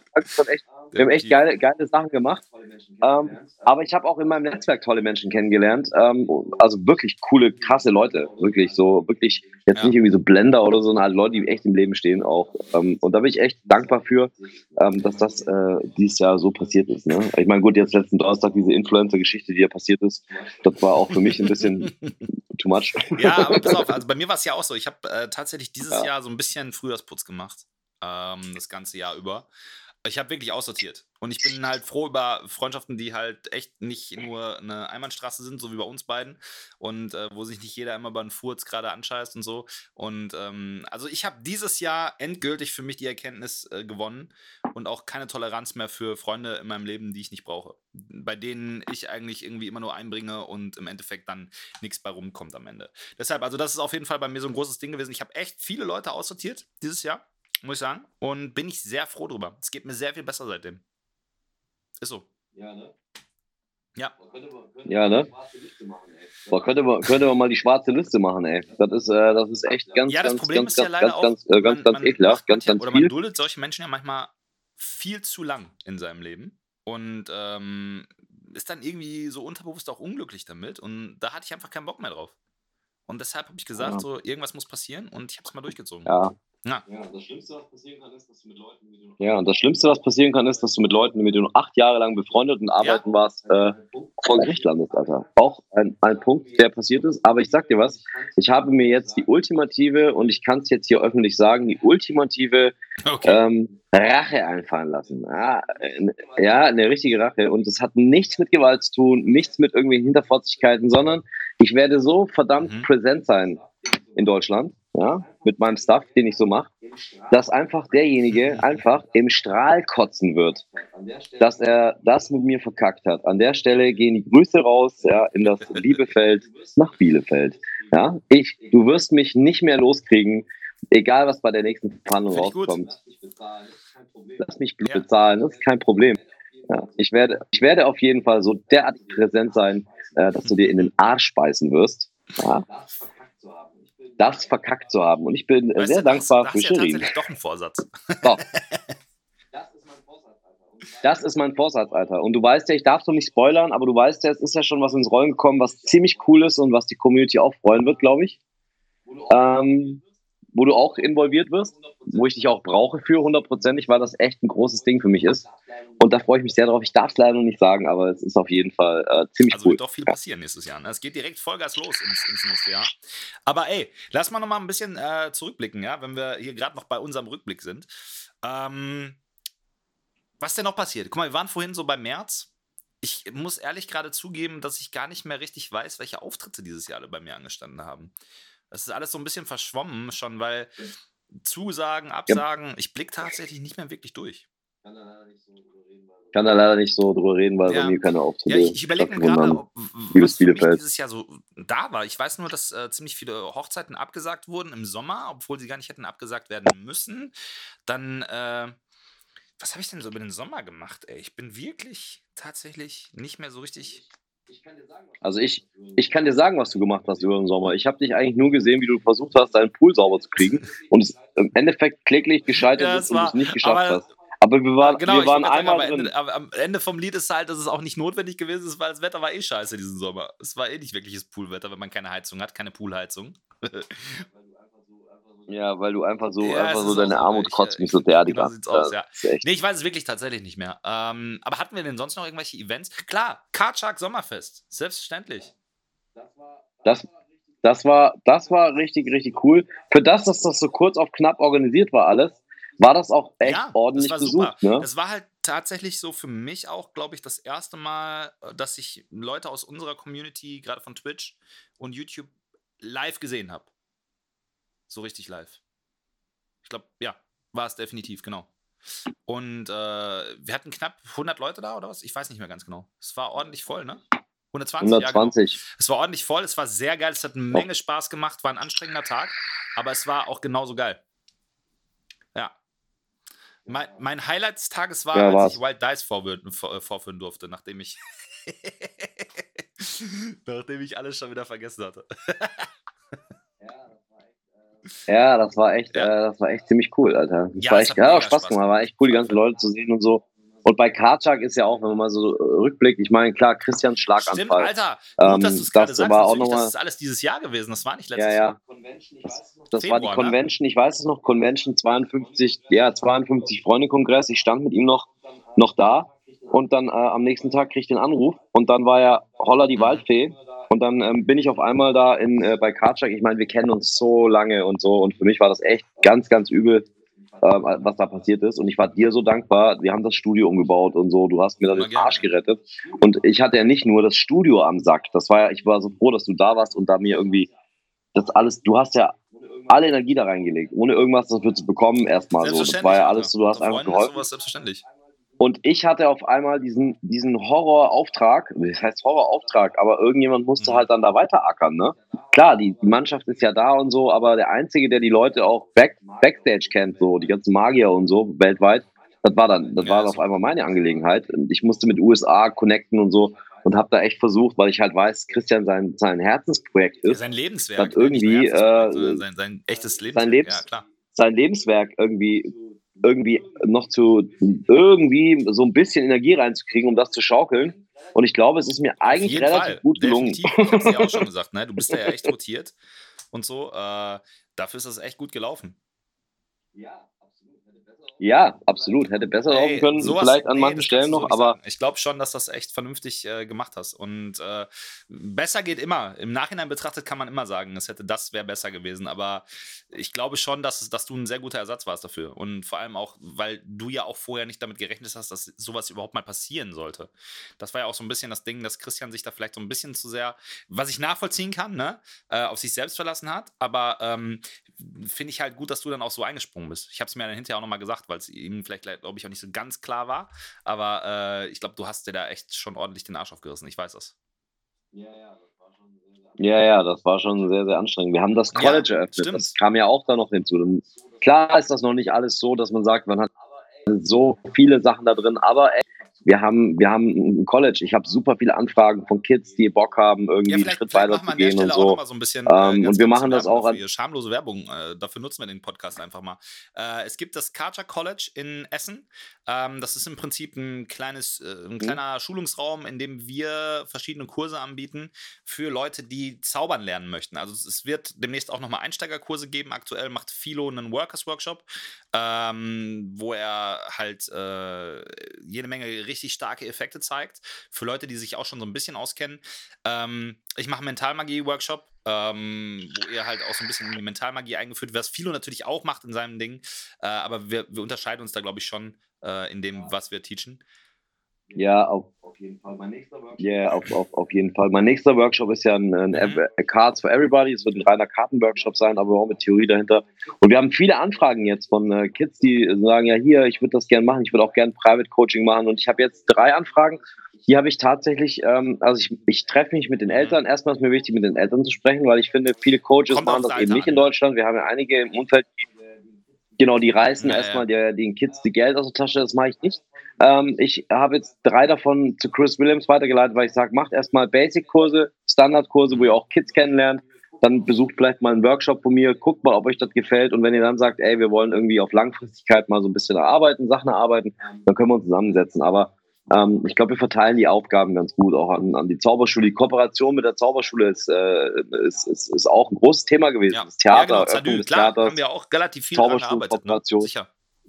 Speaker 3: Wir haben echt geile, geile Sachen gemacht. Ähm, aber ich habe auch in meinem Netzwerk tolle Menschen kennengelernt. Ähm, also wirklich coole, krasse Leute. Wirklich so, wirklich jetzt
Speaker 2: ja.
Speaker 3: nicht irgendwie so Blender oder so, sondern halt Leute, die echt im Leben stehen auch. Ähm, und da bin ich echt dankbar für, ähm, dass das äh, dieses Jahr so passiert ist. Ne? Ich meine, gut, jetzt letzten Donnerstag diese Influencer-Geschichte, die ja passiert ist, das war auch für mich ein bisschen too much.
Speaker 2: Ja, aber pass auf, also bei mir war es ja auch so. Ich habe äh, tatsächlich dieses
Speaker 3: Ja.
Speaker 2: Jahr so ein bisschen Frühjahrsputz gemacht. Ähm, das ganze Jahr über. Ich habe wirklich aussortiert. Und ich bin halt froh über Freundschaften, die halt echt nicht nur eine Einbahnstraße sind, so wie bei uns beiden. Und äh, wo sich nicht jeder immer über einen Furz gerade anscheißt und so. Und ähm, also ich habe dieses Jahr endgültig für mich die Erkenntnis äh, gewonnen und auch keine Toleranz mehr für Freunde in meinem Leben, die ich nicht brauche. Bei denen ich eigentlich irgendwie immer nur einbringe und im Endeffekt dann nichts bei rumkommt am Ende. Deshalb, also das ist auf jeden Fall bei mir so ein großes Ding gewesen. Ich habe echt viele Leute aussortiert dieses Jahr, muss ich sagen. Und bin ich sehr froh drüber. Es geht mir sehr viel besser seitdem. Ist so.
Speaker 3: Ja, ne?
Speaker 2: Ja.
Speaker 3: Ja, ne? Boah, könnte man, könnte man mal die schwarze Liste machen, ey. Das ist, äh, das ist echt ganz,
Speaker 2: Ja, das
Speaker 3: ganz,
Speaker 2: Problem
Speaker 3: ganz,
Speaker 2: ist ja
Speaker 3: ganz,
Speaker 2: leider
Speaker 3: ganz,
Speaker 2: auch,
Speaker 3: ganz, äh, ganz,
Speaker 2: man,
Speaker 3: ganz
Speaker 2: man
Speaker 3: ekelhaft,
Speaker 2: macht
Speaker 3: ganz,
Speaker 2: manche,
Speaker 3: ganz
Speaker 2: oder
Speaker 3: viel.
Speaker 2: man duldet solche Menschen ja manchmal viel zu lang in seinem Leben und ähm, ist dann irgendwie so unterbewusst auch unglücklich damit und da hatte ich einfach keinen Bock mehr drauf. Und deshalb habe ich gesagt,
Speaker 3: Ja.
Speaker 2: so irgendwas muss passieren und ich habe es mal durchgezogen.
Speaker 3: Ja.
Speaker 2: Ja.
Speaker 3: Ja, und das Schlimmste, was passieren kann, ist, dass du mit Leuten, mit denen du ja, und das Schlimmste, was passieren kann, ist, dass du mit Leuten, mit denen du acht Jahre lang befreundet und arbeiten warst, äh, vor Gericht landest, Alter. Auch ein, ein Punkt, der passiert ist. Aber ich sag dir was, ich habe mir jetzt die ultimative, und ich kann es jetzt hier öffentlich sagen, die ultimative
Speaker 2: Okay.
Speaker 3: ähm, Rache einfallen lassen. Ja, äh, ja, eine richtige Rache. Und es hat nichts mit Gewalt zu tun, nichts mit irgendwelchen Hinterfotzigkeiten, sondern ich werde so verdammt
Speaker 2: Mhm.
Speaker 3: präsent sein in Deutschland, ja, mit meinem Stuff, den ich so mache, dass einfach derjenige einfach im Strahl kotzen wird, dass er das mit mir verkackt hat. An der Stelle gehen die Grüße raus, ja, in das Liebefeld nach Bielefeld. Ja, ich, du wirst mich nicht mehr loskriegen, egal was bei der nächsten Verhandlung
Speaker 2: Finde ich gut.
Speaker 3: rauskommt. Lass mich
Speaker 2: Ja.
Speaker 3: bezahlen, das ist kein Problem. Ja, ich, werde, ich werde auf jeden Fall so derartig präsent sein, äh, dass du dir in den Arsch beißen wirst. Ja, das verkackt zu haben. Und ich bin äh,
Speaker 2: Weißt
Speaker 3: sehr
Speaker 2: du, da hast,
Speaker 3: dankbar
Speaker 2: da
Speaker 3: für
Speaker 2: hast du ja
Speaker 3: Shirin.
Speaker 2: tatsächlich doch einen Vorsatz.
Speaker 3: So, das ist mein Vorsatz, Alter. Und du weißt ja, ich darf so nicht spoilern, aber du weißt ja, es ist ja schon was ins Rollen gekommen, was ziemlich cool ist und was die Community auch freuen wird, glaube ich. Ähm, wo du auch involviert wirst, wo ich dich auch brauche für hundertprozentig, weil das echt ein großes Ding für mich ist. Und da freue ich mich sehr drauf. Ich darf es leider noch nicht sagen, aber es ist auf jeden Fall äh, ziemlich
Speaker 2: Also
Speaker 3: cool.
Speaker 2: wird doch viel passieren nächstes Jahr. Ne? Es geht direkt Vollgas los ins, ins nächste Jahr. Aber ey, lass mal noch mal ein bisschen äh, zurückblicken, ja, wenn wir hier gerade noch bei unserem Rückblick sind. Ähm, was denn noch passiert? Guck mal, wir waren vorhin so bei März. Ich muss ehrlich gerade zugeben, dass ich gar nicht mehr richtig weiß, welche Auftritte dieses Jahr alle bei mir angestanden haben. Das ist alles so ein bisschen verschwommen schon, weil Zusagen, Absagen, ich blicke tatsächlich nicht mehr wirklich durch.
Speaker 3: Ich kann da leider nicht so drüber reden, weil
Speaker 2: Ja.
Speaker 3: bei mir keine
Speaker 2: Ja,
Speaker 3: Auftritte
Speaker 2: ich, ich überlege mir
Speaker 3: stattgefunden
Speaker 2: gerade,
Speaker 3: haben.
Speaker 2: ob-
Speaker 3: Liebes
Speaker 2: was für mich
Speaker 3: Bielefeld.
Speaker 2: dieses Jahr so da war. Ich weiß nur, dass äh, ziemlich viele Hochzeiten abgesagt wurden im Sommer, obwohl sie gar nicht hätten abgesagt werden müssen. Dann, äh, was habe ich denn so über den Sommer gemacht, ey? Ich bin wirklich tatsächlich nicht mehr so richtig.
Speaker 3: Also ich, ich kann dir sagen, was du gemacht hast über den Sommer. Ich habe dich eigentlich nur gesehen, wie du versucht hast, deinen Pool sauber zu kriegen und es im Endeffekt kläglich gescheitert
Speaker 2: Ja,
Speaker 3: ist
Speaker 2: es
Speaker 3: und du
Speaker 2: war-
Speaker 3: es nicht geschafft
Speaker 2: aber-
Speaker 3: hast. Aber wir waren,
Speaker 2: genau,
Speaker 3: wir
Speaker 2: ich
Speaker 3: waren
Speaker 2: wollte sagen,
Speaker 3: einmal
Speaker 2: aber,
Speaker 3: drin.
Speaker 2: Ende, aber am Ende vom Lied ist halt, dass es auch nicht notwendig gewesen ist, weil das Wetter war eh scheiße diesen Sommer. Es war eh nicht wirkliches Poolwetter, wenn man keine Heizung hat, keine Poolheizung.
Speaker 3: Ja, weil du einfach so,
Speaker 2: Ja,
Speaker 3: einfach
Speaker 2: es
Speaker 3: so
Speaker 2: ist auch
Speaker 3: deine
Speaker 2: so.
Speaker 3: Armut
Speaker 2: Ich,
Speaker 3: kotzt
Speaker 2: äh,
Speaker 3: mich
Speaker 2: ich-
Speaker 3: so derartig
Speaker 2: genau
Speaker 3: an.
Speaker 2: sieht's aus, ja.
Speaker 3: Das ist echt.
Speaker 2: Nee, ich weiß es wirklich tatsächlich nicht mehr. Ähm, aber hatten wir denn sonst noch irgendwelche Events? Klar, Karchak Sommerfest. Selbstverständlich.
Speaker 3: Das, das, war, das war richtig, richtig cool. Für das, dass das so kurz auf knapp organisiert war alles, war das auch echt
Speaker 2: Ja,
Speaker 3: ordentlich
Speaker 2: das war super.
Speaker 3: besucht. Ne?
Speaker 2: Das war halt tatsächlich so für mich auch, glaube ich, das erste Mal, äh, dass ich Leute aus unserer Community, gerade von Twitch und YouTube, live gesehen habe. So richtig live. Ich glaube, ja, war es definitiv, genau. Und äh, wir hatten knapp hundert Leute da oder was? Ich weiß nicht mehr ganz genau. Es war ordentlich voll, ne? hundertzwanzig, ja, genau.
Speaker 3: hundertzwanzig.
Speaker 2: Es war ordentlich voll, es war sehr geil, es hat eine Menge Spaß gemacht, war ein anstrengender Tag, aber es war auch genauso geil. Ja. Mein, mein Highlight des Tages war,
Speaker 3: Ja,
Speaker 2: als
Speaker 3: war's.
Speaker 2: ich Wild Dice vorwür- vor, äh, vorführen durfte, nachdem ich nachdem ich alles schon wieder vergessen hatte.
Speaker 3: Ja, das war echt,
Speaker 2: Ja.
Speaker 3: äh, das war echt ziemlich cool, Alter. Das
Speaker 2: Ja,
Speaker 3: war
Speaker 2: es
Speaker 3: echt,
Speaker 2: hat
Speaker 3: ja,
Speaker 2: mega
Speaker 3: auch Spaß
Speaker 2: Spaß
Speaker 3: gemacht, war
Speaker 2: gemacht.
Speaker 3: echt cool, die
Speaker 2: Voll
Speaker 3: ganzen
Speaker 2: fett.
Speaker 3: Leute zu sehen und so. Und bei Karchak ist ja auch, wenn man mal so äh, rückblickt, ich meine, klar, Christians
Speaker 2: Stimmt,
Speaker 3: Schlaganfall.
Speaker 2: Alter. Gut,
Speaker 3: Ähm,
Speaker 2: dass du es gerade
Speaker 3: das
Speaker 2: sagst.
Speaker 3: war auch
Speaker 2: Natürlich,
Speaker 3: noch
Speaker 2: das
Speaker 3: mal-
Speaker 2: ist alles dieses Jahr gewesen. Das war nicht
Speaker 3: Ja,
Speaker 2: letztes
Speaker 3: ja.
Speaker 2: Jahr.
Speaker 3: Das, das war die
Speaker 2: Februar, ne?
Speaker 3: Convention, ich weiß es noch, Convention zweiundfünfzig, ja, zweiundfünfzig Freunde-Kongress. Ich stand mit ihm noch, noch da und dann äh, am nächsten Tag krieg ich den Anruf und dann war ja Holla die
Speaker 2: Mhm.
Speaker 3: Waldfee und dann ähm, bin ich auf einmal da in, äh, bei Karchak. Ich meine, wir kennen uns so lange und so und für mich war das echt ganz, ganz übel, äh, was da passiert ist und ich war dir so dankbar. Wir haben das Studio umgebaut und so, du hast mir da
Speaker 2: Immer
Speaker 3: den
Speaker 2: gerne.
Speaker 3: Arsch gerettet und ich hatte ja nicht nur das Studio am Sack. Das war ja, ich war so froh, dass du da warst und da mir irgendwie das alles, du hast ja alle Energie da reingelegt, ohne irgendwas dafür zu bekommen erstmal so. Das war ja alles so, du hast
Speaker 2: Unter
Speaker 3: einfach
Speaker 2: Freunden ist
Speaker 3: geholfen.
Speaker 2: sowas selbstverständlich.
Speaker 3: Und ich hatte auf einmal diesen, diesen Horrorauftrag, das heißt Horrorauftrag, aber irgendjemand musste
Speaker 2: Mhm.
Speaker 3: halt dann da weiterackern, ne? Klar, die, die Mannschaft ist ja da und so, aber der Einzige, der die Leute auch back, Backstage kennt, so, die ganzen Magier und so, weltweit, das war dann, das
Speaker 2: Ja,
Speaker 3: war dann
Speaker 2: so.
Speaker 3: auf einmal meine Angelegenheit. Und ich musste mit U S A connecten und so und habe da echt versucht, weil ich halt weiß, Christian sein, sein Herzensprojekt
Speaker 2: Ja,
Speaker 3: ist,
Speaker 2: sein Lebenswerk.
Speaker 3: hat
Speaker 2: ne? Nicht nur
Speaker 3: irgendwie,
Speaker 2: Herzensprojekt,
Speaker 3: äh,
Speaker 2: sondern sein, sein echtes Lebenswerk.
Speaker 3: sein Lebens-
Speaker 2: Ja, klar.
Speaker 3: sein Lebenswerk irgendwie irgendwie noch zu irgendwie so ein bisschen Energie reinzukriegen, um das zu schaukeln. Und ich glaube, es ist mir
Speaker 2: Auf
Speaker 3: eigentlich
Speaker 2: jeden
Speaker 3: relativ
Speaker 2: Fall.
Speaker 3: gut gelungen.
Speaker 2: Definitiv. Ich hab's dir ja auch schon gesagt, ne? Du bist da ja echt rotiert und so. Äh, dafür ist das echt gut gelaufen.
Speaker 3: Ja, absolut. Hätte besser laufen
Speaker 2: Ey,
Speaker 3: können,
Speaker 2: sowas-
Speaker 3: vielleicht an
Speaker 2: nee,
Speaker 3: manchen
Speaker 2: das
Speaker 3: Stellen
Speaker 2: kannst du so
Speaker 3: noch,
Speaker 2: nicht
Speaker 3: aber
Speaker 2: sagen. Ich glaube schon, dass das echt vernünftig äh, gemacht hast. Und äh, besser geht immer. Im Nachhinein betrachtet kann man immer sagen, es hätte das wäre besser gewesen. Aber ich glaube schon, dass, es- dass du ein sehr guter Ersatz warst dafür. Und vor allem auch, weil du ja auch vorher nicht damit gerechnet hast, dass sowas überhaupt mal passieren sollte. Das war ja auch so ein bisschen das Ding, dass Christian sich da vielleicht so ein bisschen zu sehr, was ich nachvollziehen kann, ne, äh, auf sich selbst verlassen hat. Aber ähm, finde ich halt gut, dass du dann auch so eingesprungen bist. Ich habe es mir dann hinterher auch nochmal gesagt, weil es ihm vielleicht, glaube ich, auch nicht so ganz klar war. Aber äh, ich glaube, du hast dir da echt schon ordentlich den Arsch aufgerissen. Ich weiß das.
Speaker 3: Ja, ja, das war schon sehr, sehr anstrengend. Wir haben das College
Speaker 2: Ja,
Speaker 3: eröffnet.
Speaker 2: stimmt.
Speaker 3: Das kam ja auch da noch hinzu. Dann, klar ist das noch nicht alles so, dass man sagt, man hat so viele Sachen da drin, aber ey, wir haben, wir haben ein College. Ich habe super viele Anfragen von Kids, die Bock haben, irgendwie
Speaker 2: Ja,
Speaker 3: einen
Speaker 2: vielleicht,
Speaker 3: Schritt
Speaker 2: vielleicht
Speaker 3: weiter
Speaker 2: machen wir
Speaker 3: zu
Speaker 2: an der
Speaker 3: gehen und
Speaker 2: Stelle auch
Speaker 3: so.
Speaker 2: nochmal so ein bisschen, äh,
Speaker 3: Ähm,
Speaker 2: ganz
Speaker 3: und wir
Speaker 2: kurz
Speaker 3: machen das
Speaker 2: Werbung
Speaker 3: auch an.
Speaker 2: dafür. Schamlose Werbung, äh, dafür nutzen wir den Podcast einfach mal. Äh, es gibt das Karcher College in Essen. Ähm, das ist im Prinzip ein kleines, äh, ein kleiner Schulungsraum, in dem wir verschiedene Kurse anbieten für Leute, die zaubern lernen möchten. Also es, es wird demnächst auch nochmal Einsteigerkurse geben. Aktuell macht Philo einen Workers-Workshop, ähm, wo er halt äh, jede Menge richtig starke Effekte zeigt. Für Leute, die sich auch schon so ein bisschen auskennen. Ähm, ich mache einen Mentalmagie-Workshop, ähm, wo ihr halt auch so ein bisschen in die Mentalmagie eingeführt wird, was Philo natürlich auch macht in seinem Ding. Äh, aber wir, wir unterscheiden uns da, glaube ich, schon äh, in dem, was wir teachen.
Speaker 3: Ja, auf, auf jeden Fall. Mein nächster Workshop. Yeah, auf, auf, auf jeden Fall. Mein nächster Workshop ist ja ein, ein
Speaker 2: Mhm.
Speaker 3: Cards for Everybody. Es wird ein reiner Kartenworkshop sein, aber auch mit Theorie dahinter. Und wir haben viele Anfragen jetzt von äh, Kids, die sagen, ja hier, ich würde das gerne machen, ich würde auch gerne Private Coaching machen. Und ich habe jetzt drei Anfragen. Die habe ich tatsächlich, ähm, also ich, ich treffe mich mit den
Speaker 2: Mhm.
Speaker 3: Eltern. Erstmal ist mir wichtig, mit den Eltern zu sprechen, weil ich finde, viele Coaches
Speaker 2: Kommt
Speaker 3: machen
Speaker 2: aufs
Speaker 3: das eben
Speaker 2: Alter
Speaker 3: nicht
Speaker 2: an,
Speaker 3: in
Speaker 2: ne?
Speaker 3: Deutschland. Wir haben ja einige im Umfeld, genau, die reißen
Speaker 2: Ja,
Speaker 3: erstmal
Speaker 2: ja.
Speaker 3: der, den Kids die Geld aus der Tasche, das mache ich nicht. Ähm, ich habe jetzt drei davon zu Chris Williams weitergeleitet, weil ich sage, macht erstmal Basic-Kurse, Standard-Kurse, wo ihr auch Kids kennenlernt. Dann besucht vielleicht mal einen Workshop von mir, guckt mal, ob euch das gefällt. Und wenn ihr dann sagt, ey, wir wollen irgendwie auf Langfristigkeit mal so ein bisschen erarbeiten, Sachen erarbeiten, dann können wir uns zusammensetzen. Aber ähm, ich glaube, wir verteilen die Aufgaben ganz gut auch an, an die Zauberschule. Die Kooperation mit der Zauberschule ist, äh, ist, ist, ist auch ein großes Thema gewesen.
Speaker 2: Ja,
Speaker 3: Das
Speaker 2: ja
Speaker 3: Theater,
Speaker 2: genau,
Speaker 3: Öffnung
Speaker 2: Zadü,
Speaker 3: des
Speaker 2: klar, haben
Speaker 3: Theaters,
Speaker 2: wir auch relativ viel dran gearbeitet, ne?
Speaker 3: Zauberschulkooperation.
Speaker 2: Sicher.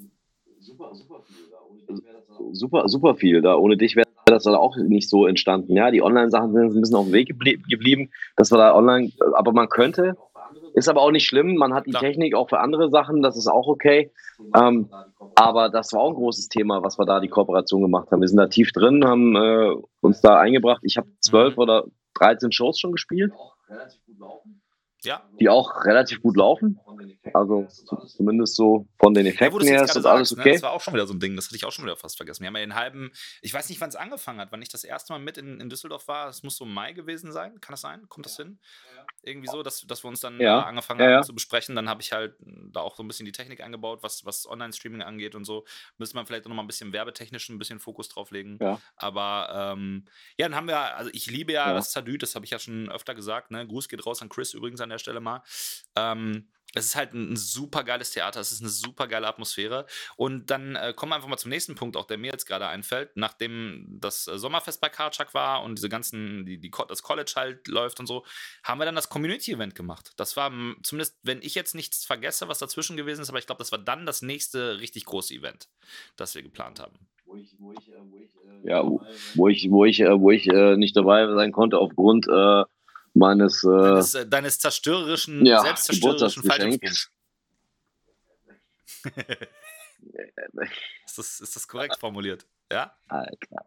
Speaker 3: Super, super viel. Da ohne dich wäre das dann auch nicht so entstanden. Ja, die Online-Sachen sind ein bisschen auf dem Weg geblie geblieben, dass wir da online, aber man könnte, ist aber auch nicht schlimm. Man hat die
Speaker 2: Klar.
Speaker 3: Technik auch für andere Sachen, das ist auch okay. Ähm, aber das war auch ein großes Thema, was wir da die Kooperation gemacht haben. Wir sind da tief drin, haben äh, uns da eingebracht. Ich habe zwölf
Speaker 2: Mhm.
Speaker 3: oder dreizehn Shows schon gespielt,
Speaker 2: Ja.
Speaker 3: die auch relativ gut laufen. Also zumindest so von den
Speaker 2: Ja, wo
Speaker 3: Effekten
Speaker 2: du es
Speaker 3: her
Speaker 2: jetzt
Speaker 3: ist
Speaker 2: gerade
Speaker 3: das alles
Speaker 2: sagst, ne?
Speaker 3: okay.
Speaker 2: Das war auch schon wieder so ein Ding, das hatte ich auch schon wieder fast vergessen. Wir haben ja den halben, ich weiß nicht, wann es angefangen hat, wann ich das erste Mal mit in, in Düsseldorf war. Es muss so im Mai gewesen sein. Kann das sein? Kommt das hin? Irgendwie so, dass, dass wir uns dann
Speaker 3: Ja,
Speaker 2: äh, angefangen
Speaker 3: ja,
Speaker 2: haben
Speaker 3: ja.
Speaker 2: zu besprechen. Dann habe ich halt äh, da auch so ein bisschen die Technik eingebaut, was, was Online-Streaming angeht und so. Müsste man vielleicht auch noch mal ein bisschen werbetechnisch ein bisschen Fokus drauf legen.
Speaker 3: Ja.
Speaker 2: Aber ähm, ja, dann haben wir, also ich liebe ja,
Speaker 3: Ja.
Speaker 2: das Zadü, das habe ich ja schon öfter gesagt. Ne? Gruß geht raus an Chris übrigens an der Stelle mal. Ähm, es ist halt ein, ein super geiles Theater, es ist eine super geile Atmosphäre. Und dann äh, kommen wir einfach mal zum nächsten Punkt, auch der mir jetzt gerade einfällt. Nachdem das äh, Sommerfest bei Karchak war und diese ganzen, die, die, Co- das College halt läuft und so, haben wir dann das Community-Event gemacht. Das war m, zumindest, wenn ich jetzt nichts vergesse, was dazwischen gewesen ist, aber ich glaube, das war dann das nächste richtig große Event, das wir geplant haben.
Speaker 3: Ja, wo ich, wo ich, äh, wo ich äh, nicht dabei sein konnte aufgrund äh, meines äh,
Speaker 2: Deines, äh, deines zerstörerischen,
Speaker 3: ja,
Speaker 2: selbstzerstörerischen
Speaker 3: Geburtstagsgeschenks.
Speaker 2: Fallschirmsprungs. ist, das, ist das korrekt formuliert? Ja?
Speaker 3: Alter.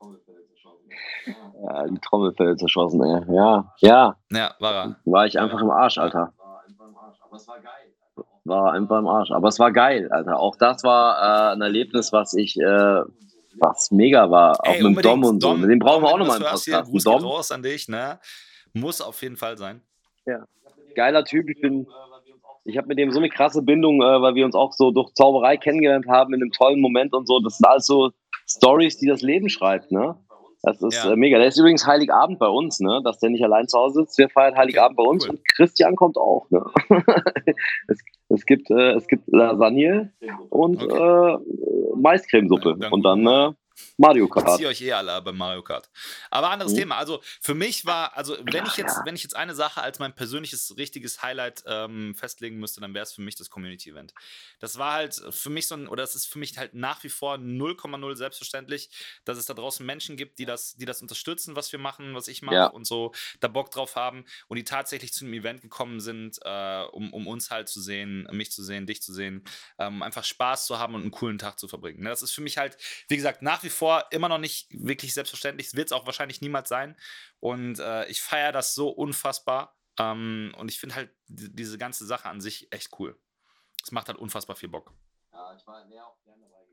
Speaker 3: Ja, die Trommelfell zerschossen, ey. Ja, ja.
Speaker 2: Ja, war er.
Speaker 3: War ich
Speaker 2: War
Speaker 3: einfach
Speaker 2: er.
Speaker 3: im Arsch,
Speaker 2: Ja.
Speaker 3: Alter. War einfach im Arsch. Aber es war geil, Alter. Auch das war äh, ein Erlebnis, was ich, äh, was mega war. Auch
Speaker 2: Ey,
Speaker 3: mit dem Dom
Speaker 2: unbedingt.
Speaker 3: und so.
Speaker 2: Dom,
Speaker 3: Mit dem brauchen
Speaker 2: Dom,
Speaker 3: wir auch
Speaker 2: wenn du
Speaker 3: nochmal
Speaker 2: das
Speaker 3: im
Speaker 2: hörst hier,
Speaker 3: Podcast.
Speaker 2: Gruß
Speaker 3: Dom,
Speaker 2: geht raus an dich, ne? Muss auf jeden Fall sein.
Speaker 3: ja. Geiler Typ. Ich bin, ich habe mit dem so eine krasse Bindung, äh, weil wir uns auch so durch Zauberei kennengelernt haben in einem tollen Moment und so. Das sind alles so Stories, die das Leben schreibt, ne? Das ist
Speaker 2: Ja.
Speaker 3: äh, mega. Der ist übrigens Heiligabend bei uns, ne? Dass der nicht allein zu Hause sitzt. Wir feiern Heiligabend bei uns
Speaker 2: cool.
Speaker 3: und Christian kommt auch, ne? es, es gibt, äh, es gibt Lasagne und
Speaker 2: Okay.
Speaker 3: äh, Maiscremesuppe
Speaker 2: Ja, dann
Speaker 3: und
Speaker 2: gucken
Speaker 3: dann
Speaker 2: wir mal.
Speaker 3: äh, Mario
Speaker 2: Ich
Speaker 3: Kart.
Speaker 2: ziehe euch eh alle ab bei Mario Kart. Aber anderes
Speaker 3: Mhm.
Speaker 2: Thema. Also für mich war, also wenn ich
Speaker 3: Ach,
Speaker 2: jetzt,
Speaker 3: ja.
Speaker 2: wenn ich jetzt eine Sache als mein persönliches richtiges Highlight ähm, festlegen müsste, dann wäre es für mich das Community-Event. Das war halt für mich so ein, oder es ist für mich halt nach wie vor null Komma null selbstverständlich, dass es da draußen Menschen gibt, die das, die das unterstützen, was wir machen, was ich mache
Speaker 3: Ja.
Speaker 2: und so, da Bock drauf haben und die tatsächlich zu einem Event gekommen sind, äh, um, um uns halt zu sehen, mich zu sehen, dich zu sehen, ähm, einfach Spaß zu haben und einen coolen Tag zu verbringen. Ne, das ist für mich halt, wie gesagt, nach wie vor immer noch nicht wirklich selbstverständlich. Wird es auch wahrscheinlich niemals sein. Und äh, ich feiere das so unfassbar. Ähm, und ich finde halt die, diese ganze Sache an sich echt cool. Es macht halt unfassbar viel Bock.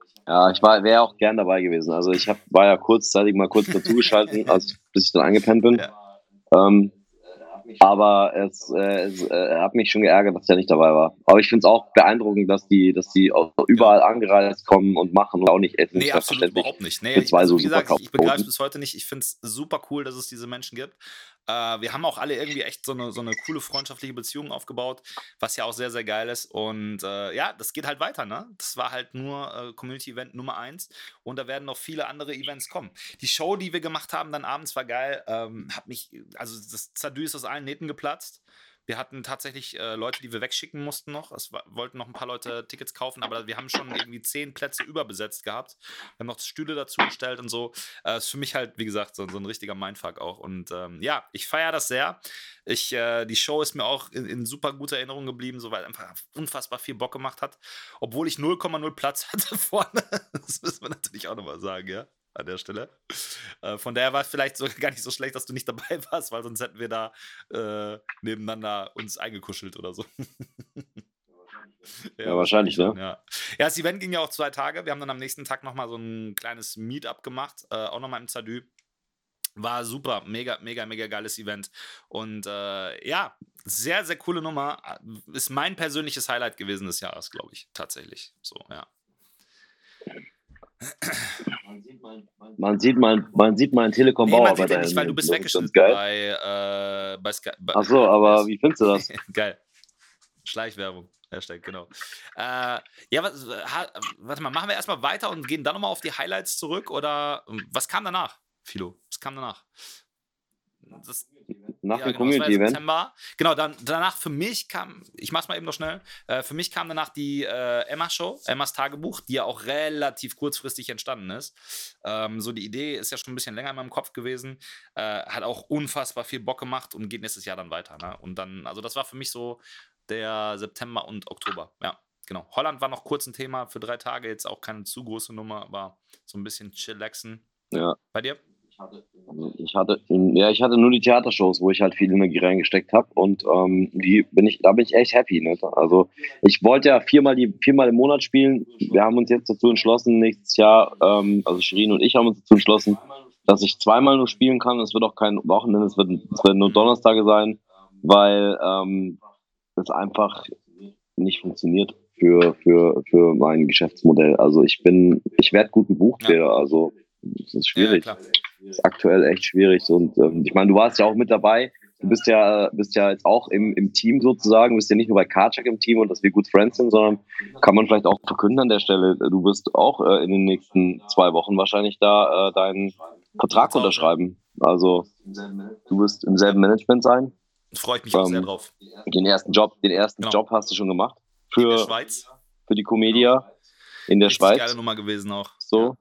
Speaker 3: Ja, ich war wäre auch gern dabei gewesen. Also ich hab, war ja kurzzeitig mal kurz dazugeschaltet, als, bis ich dann eingepennt bin.
Speaker 2: Ja.
Speaker 3: Ähm, aber es, äh, es äh, hat mich schon geärgert, dass ich ja nicht dabei war. Aber ich finde es auch beeindruckend, dass die, dass die auch überall angereist kommen und machen und auch nicht essen.
Speaker 2: Nee, absolut überhaupt nicht. Nee,
Speaker 3: Für
Speaker 2: ich,
Speaker 3: zwei
Speaker 2: also,
Speaker 3: so
Speaker 2: wie gesagt, ich, ich
Speaker 3: Superkaufen.
Speaker 2: begreife es bis heute nicht. Ich finde es super cool, dass es diese Menschen gibt. Äh, wir haben auch alle irgendwie echt so eine, so eine coole freundschaftliche Beziehung aufgebaut, was ja auch sehr, sehr geil ist. Und äh, ja, das geht halt weiter, ne? Das war halt nur äh, Community-Event Nummer eins und da werden noch viele andere Events kommen. Die Show, die wir gemacht haben dann abends, war geil. Ähm, hat mich, also das Zadü ist aus allen Nähten geplatzt. Wir hatten tatsächlich äh, Leute, die wir wegschicken mussten noch. Es war, wollten noch ein paar Leute Tickets kaufen, aber wir haben schon irgendwie zehn Plätze überbesetzt gehabt. Wir haben noch Stühle dazu gestellt und so. Äh, ist für mich halt, wie gesagt, so, so ein richtiger Mindfuck auch. Und ähm, ja, ich feiere das sehr. Ich, äh, die Show ist mir auch in, in super guter Erinnerung geblieben, so, weil einfach unfassbar viel Bock gemacht hat. Obwohl ich null Komma null Platz hatte vorne. Das müssen wir natürlich auch nochmal sagen, ja. An der Stelle. Äh, von daher war es vielleicht sogar gar nicht so schlecht, dass du nicht dabei warst, weil sonst hätten wir da äh, nebeneinander uns eingekuschelt oder so.
Speaker 3: Ja, ja, wahrscheinlich, ne?
Speaker 2: Ja. ja, das Event ging ja auch zwei Tage. Wir haben dann am nächsten Tag nochmal so ein kleines Meetup gemacht, äh, auch nochmal im Zadü. War super, mega, mega, mega geiles Event. Und äh, ja, sehr, sehr coole Nummer. Ist mein persönliches Highlight gewesen des Jahres, glaube ich. Tatsächlich. So, ja.
Speaker 3: Man sieht mein, man sieht meinen Telekom
Speaker 2: Nee,
Speaker 3: Bauer
Speaker 2: man
Speaker 3: bei
Speaker 2: sieht ja
Speaker 3: deinen
Speaker 2: nicht, weil du bist
Speaker 3: Händen. Das ist
Speaker 2: weggeschnitten
Speaker 3: ganz geil.
Speaker 2: bei, äh, bei Sky. Bei,
Speaker 3: Ach so, aber wie findest du das?
Speaker 2: Geil. Schleichwerbung. Hashtag, genau. Äh, ja, was, ha, warte mal, machen wir erstmal weiter und gehen dann nochmal auf die Highlights zurück oder was kam danach, Philo? Was kam danach? Das,
Speaker 3: Nach
Speaker 2: ja,
Speaker 3: dem
Speaker 2: genau, das war
Speaker 3: Community-Event?
Speaker 2: September. Genau, dann, danach für mich kam, ich mach's mal eben noch schnell, äh, für mich kam danach die äh, Emma-Show, Emmas Tagebuch, die ja auch relativ kurzfristig entstanden ist. Ähm, so die Idee ist ja schon ein bisschen länger in meinem Kopf gewesen, äh, hat auch unfassbar viel Bock gemacht und geht nächstes Jahr dann weiter. Ne? Und dann, also das war für mich so der September und Oktober, ja. Genau. Holland war noch kurz ein Thema für drei Tage, jetzt auch keine zu große Nummer, aber so ein bisschen chillaxen.
Speaker 3: Ja.
Speaker 2: Bei dir?
Speaker 3: Ich hatte, ja, ich hatte nur die Theatershows, wo ich halt viel Energie reingesteckt habe und ähm, die bin ich, da bin ich echt happy. Ne? Also ich wollte ja viermal die viermal im Monat spielen. Wir haben uns jetzt dazu entschlossen, nächstes Jahr, ähm, also Shirin und ich haben uns dazu entschlossen, dass ich zweimal nur spielen kann. Es wird auch kein Wochenende, es wird, es werden nur Donnerstage sein, weil ähm, es einfach nicht funktioniert für, für, für mein Geschäftsmodell. Also ich bin, ich werde gut gebucht,
Speaker 2: Ja.
Speaker 3: wieder, also es ist schwierig.
Speaker 2: Ja, klar.
Speaker 3: Ist aktuell echt schwierig. Und ähm, ich meine, du warst ja auch mit dabei. Du bist ja, bist ja jetzt auch im, im Team sozusagen. Du bist ja nicht nur bei Karchak im Team und dass wir gut Friends sind, sondern kann man vielleicht auch verkünden an der Stelle, du wirst auch äh, in den nächsten zwei Wochen wahrscheinlich da äh, deinen Vertrag unterschreiben. Also du wirst im selben Management sein.
Speaker 2: Freue ich mich auch
Speaker 3: Ähm,
Speaker 2: sehr drauf.
Speaker 3: Den ersten Job, den ersten
Speaker 2: Genau.
Speaker 3: Job hast du schon gemacht
Speaker 2: In der
Speaker 3: für,
Speaker 2: Schweiz.
Speaker 3: für die Comedia in der
Speaker 2: Richtig
Speaker 3: Schweiz.
Speaker 2: geile Nummer gewesen auch.
Speaker 3: So.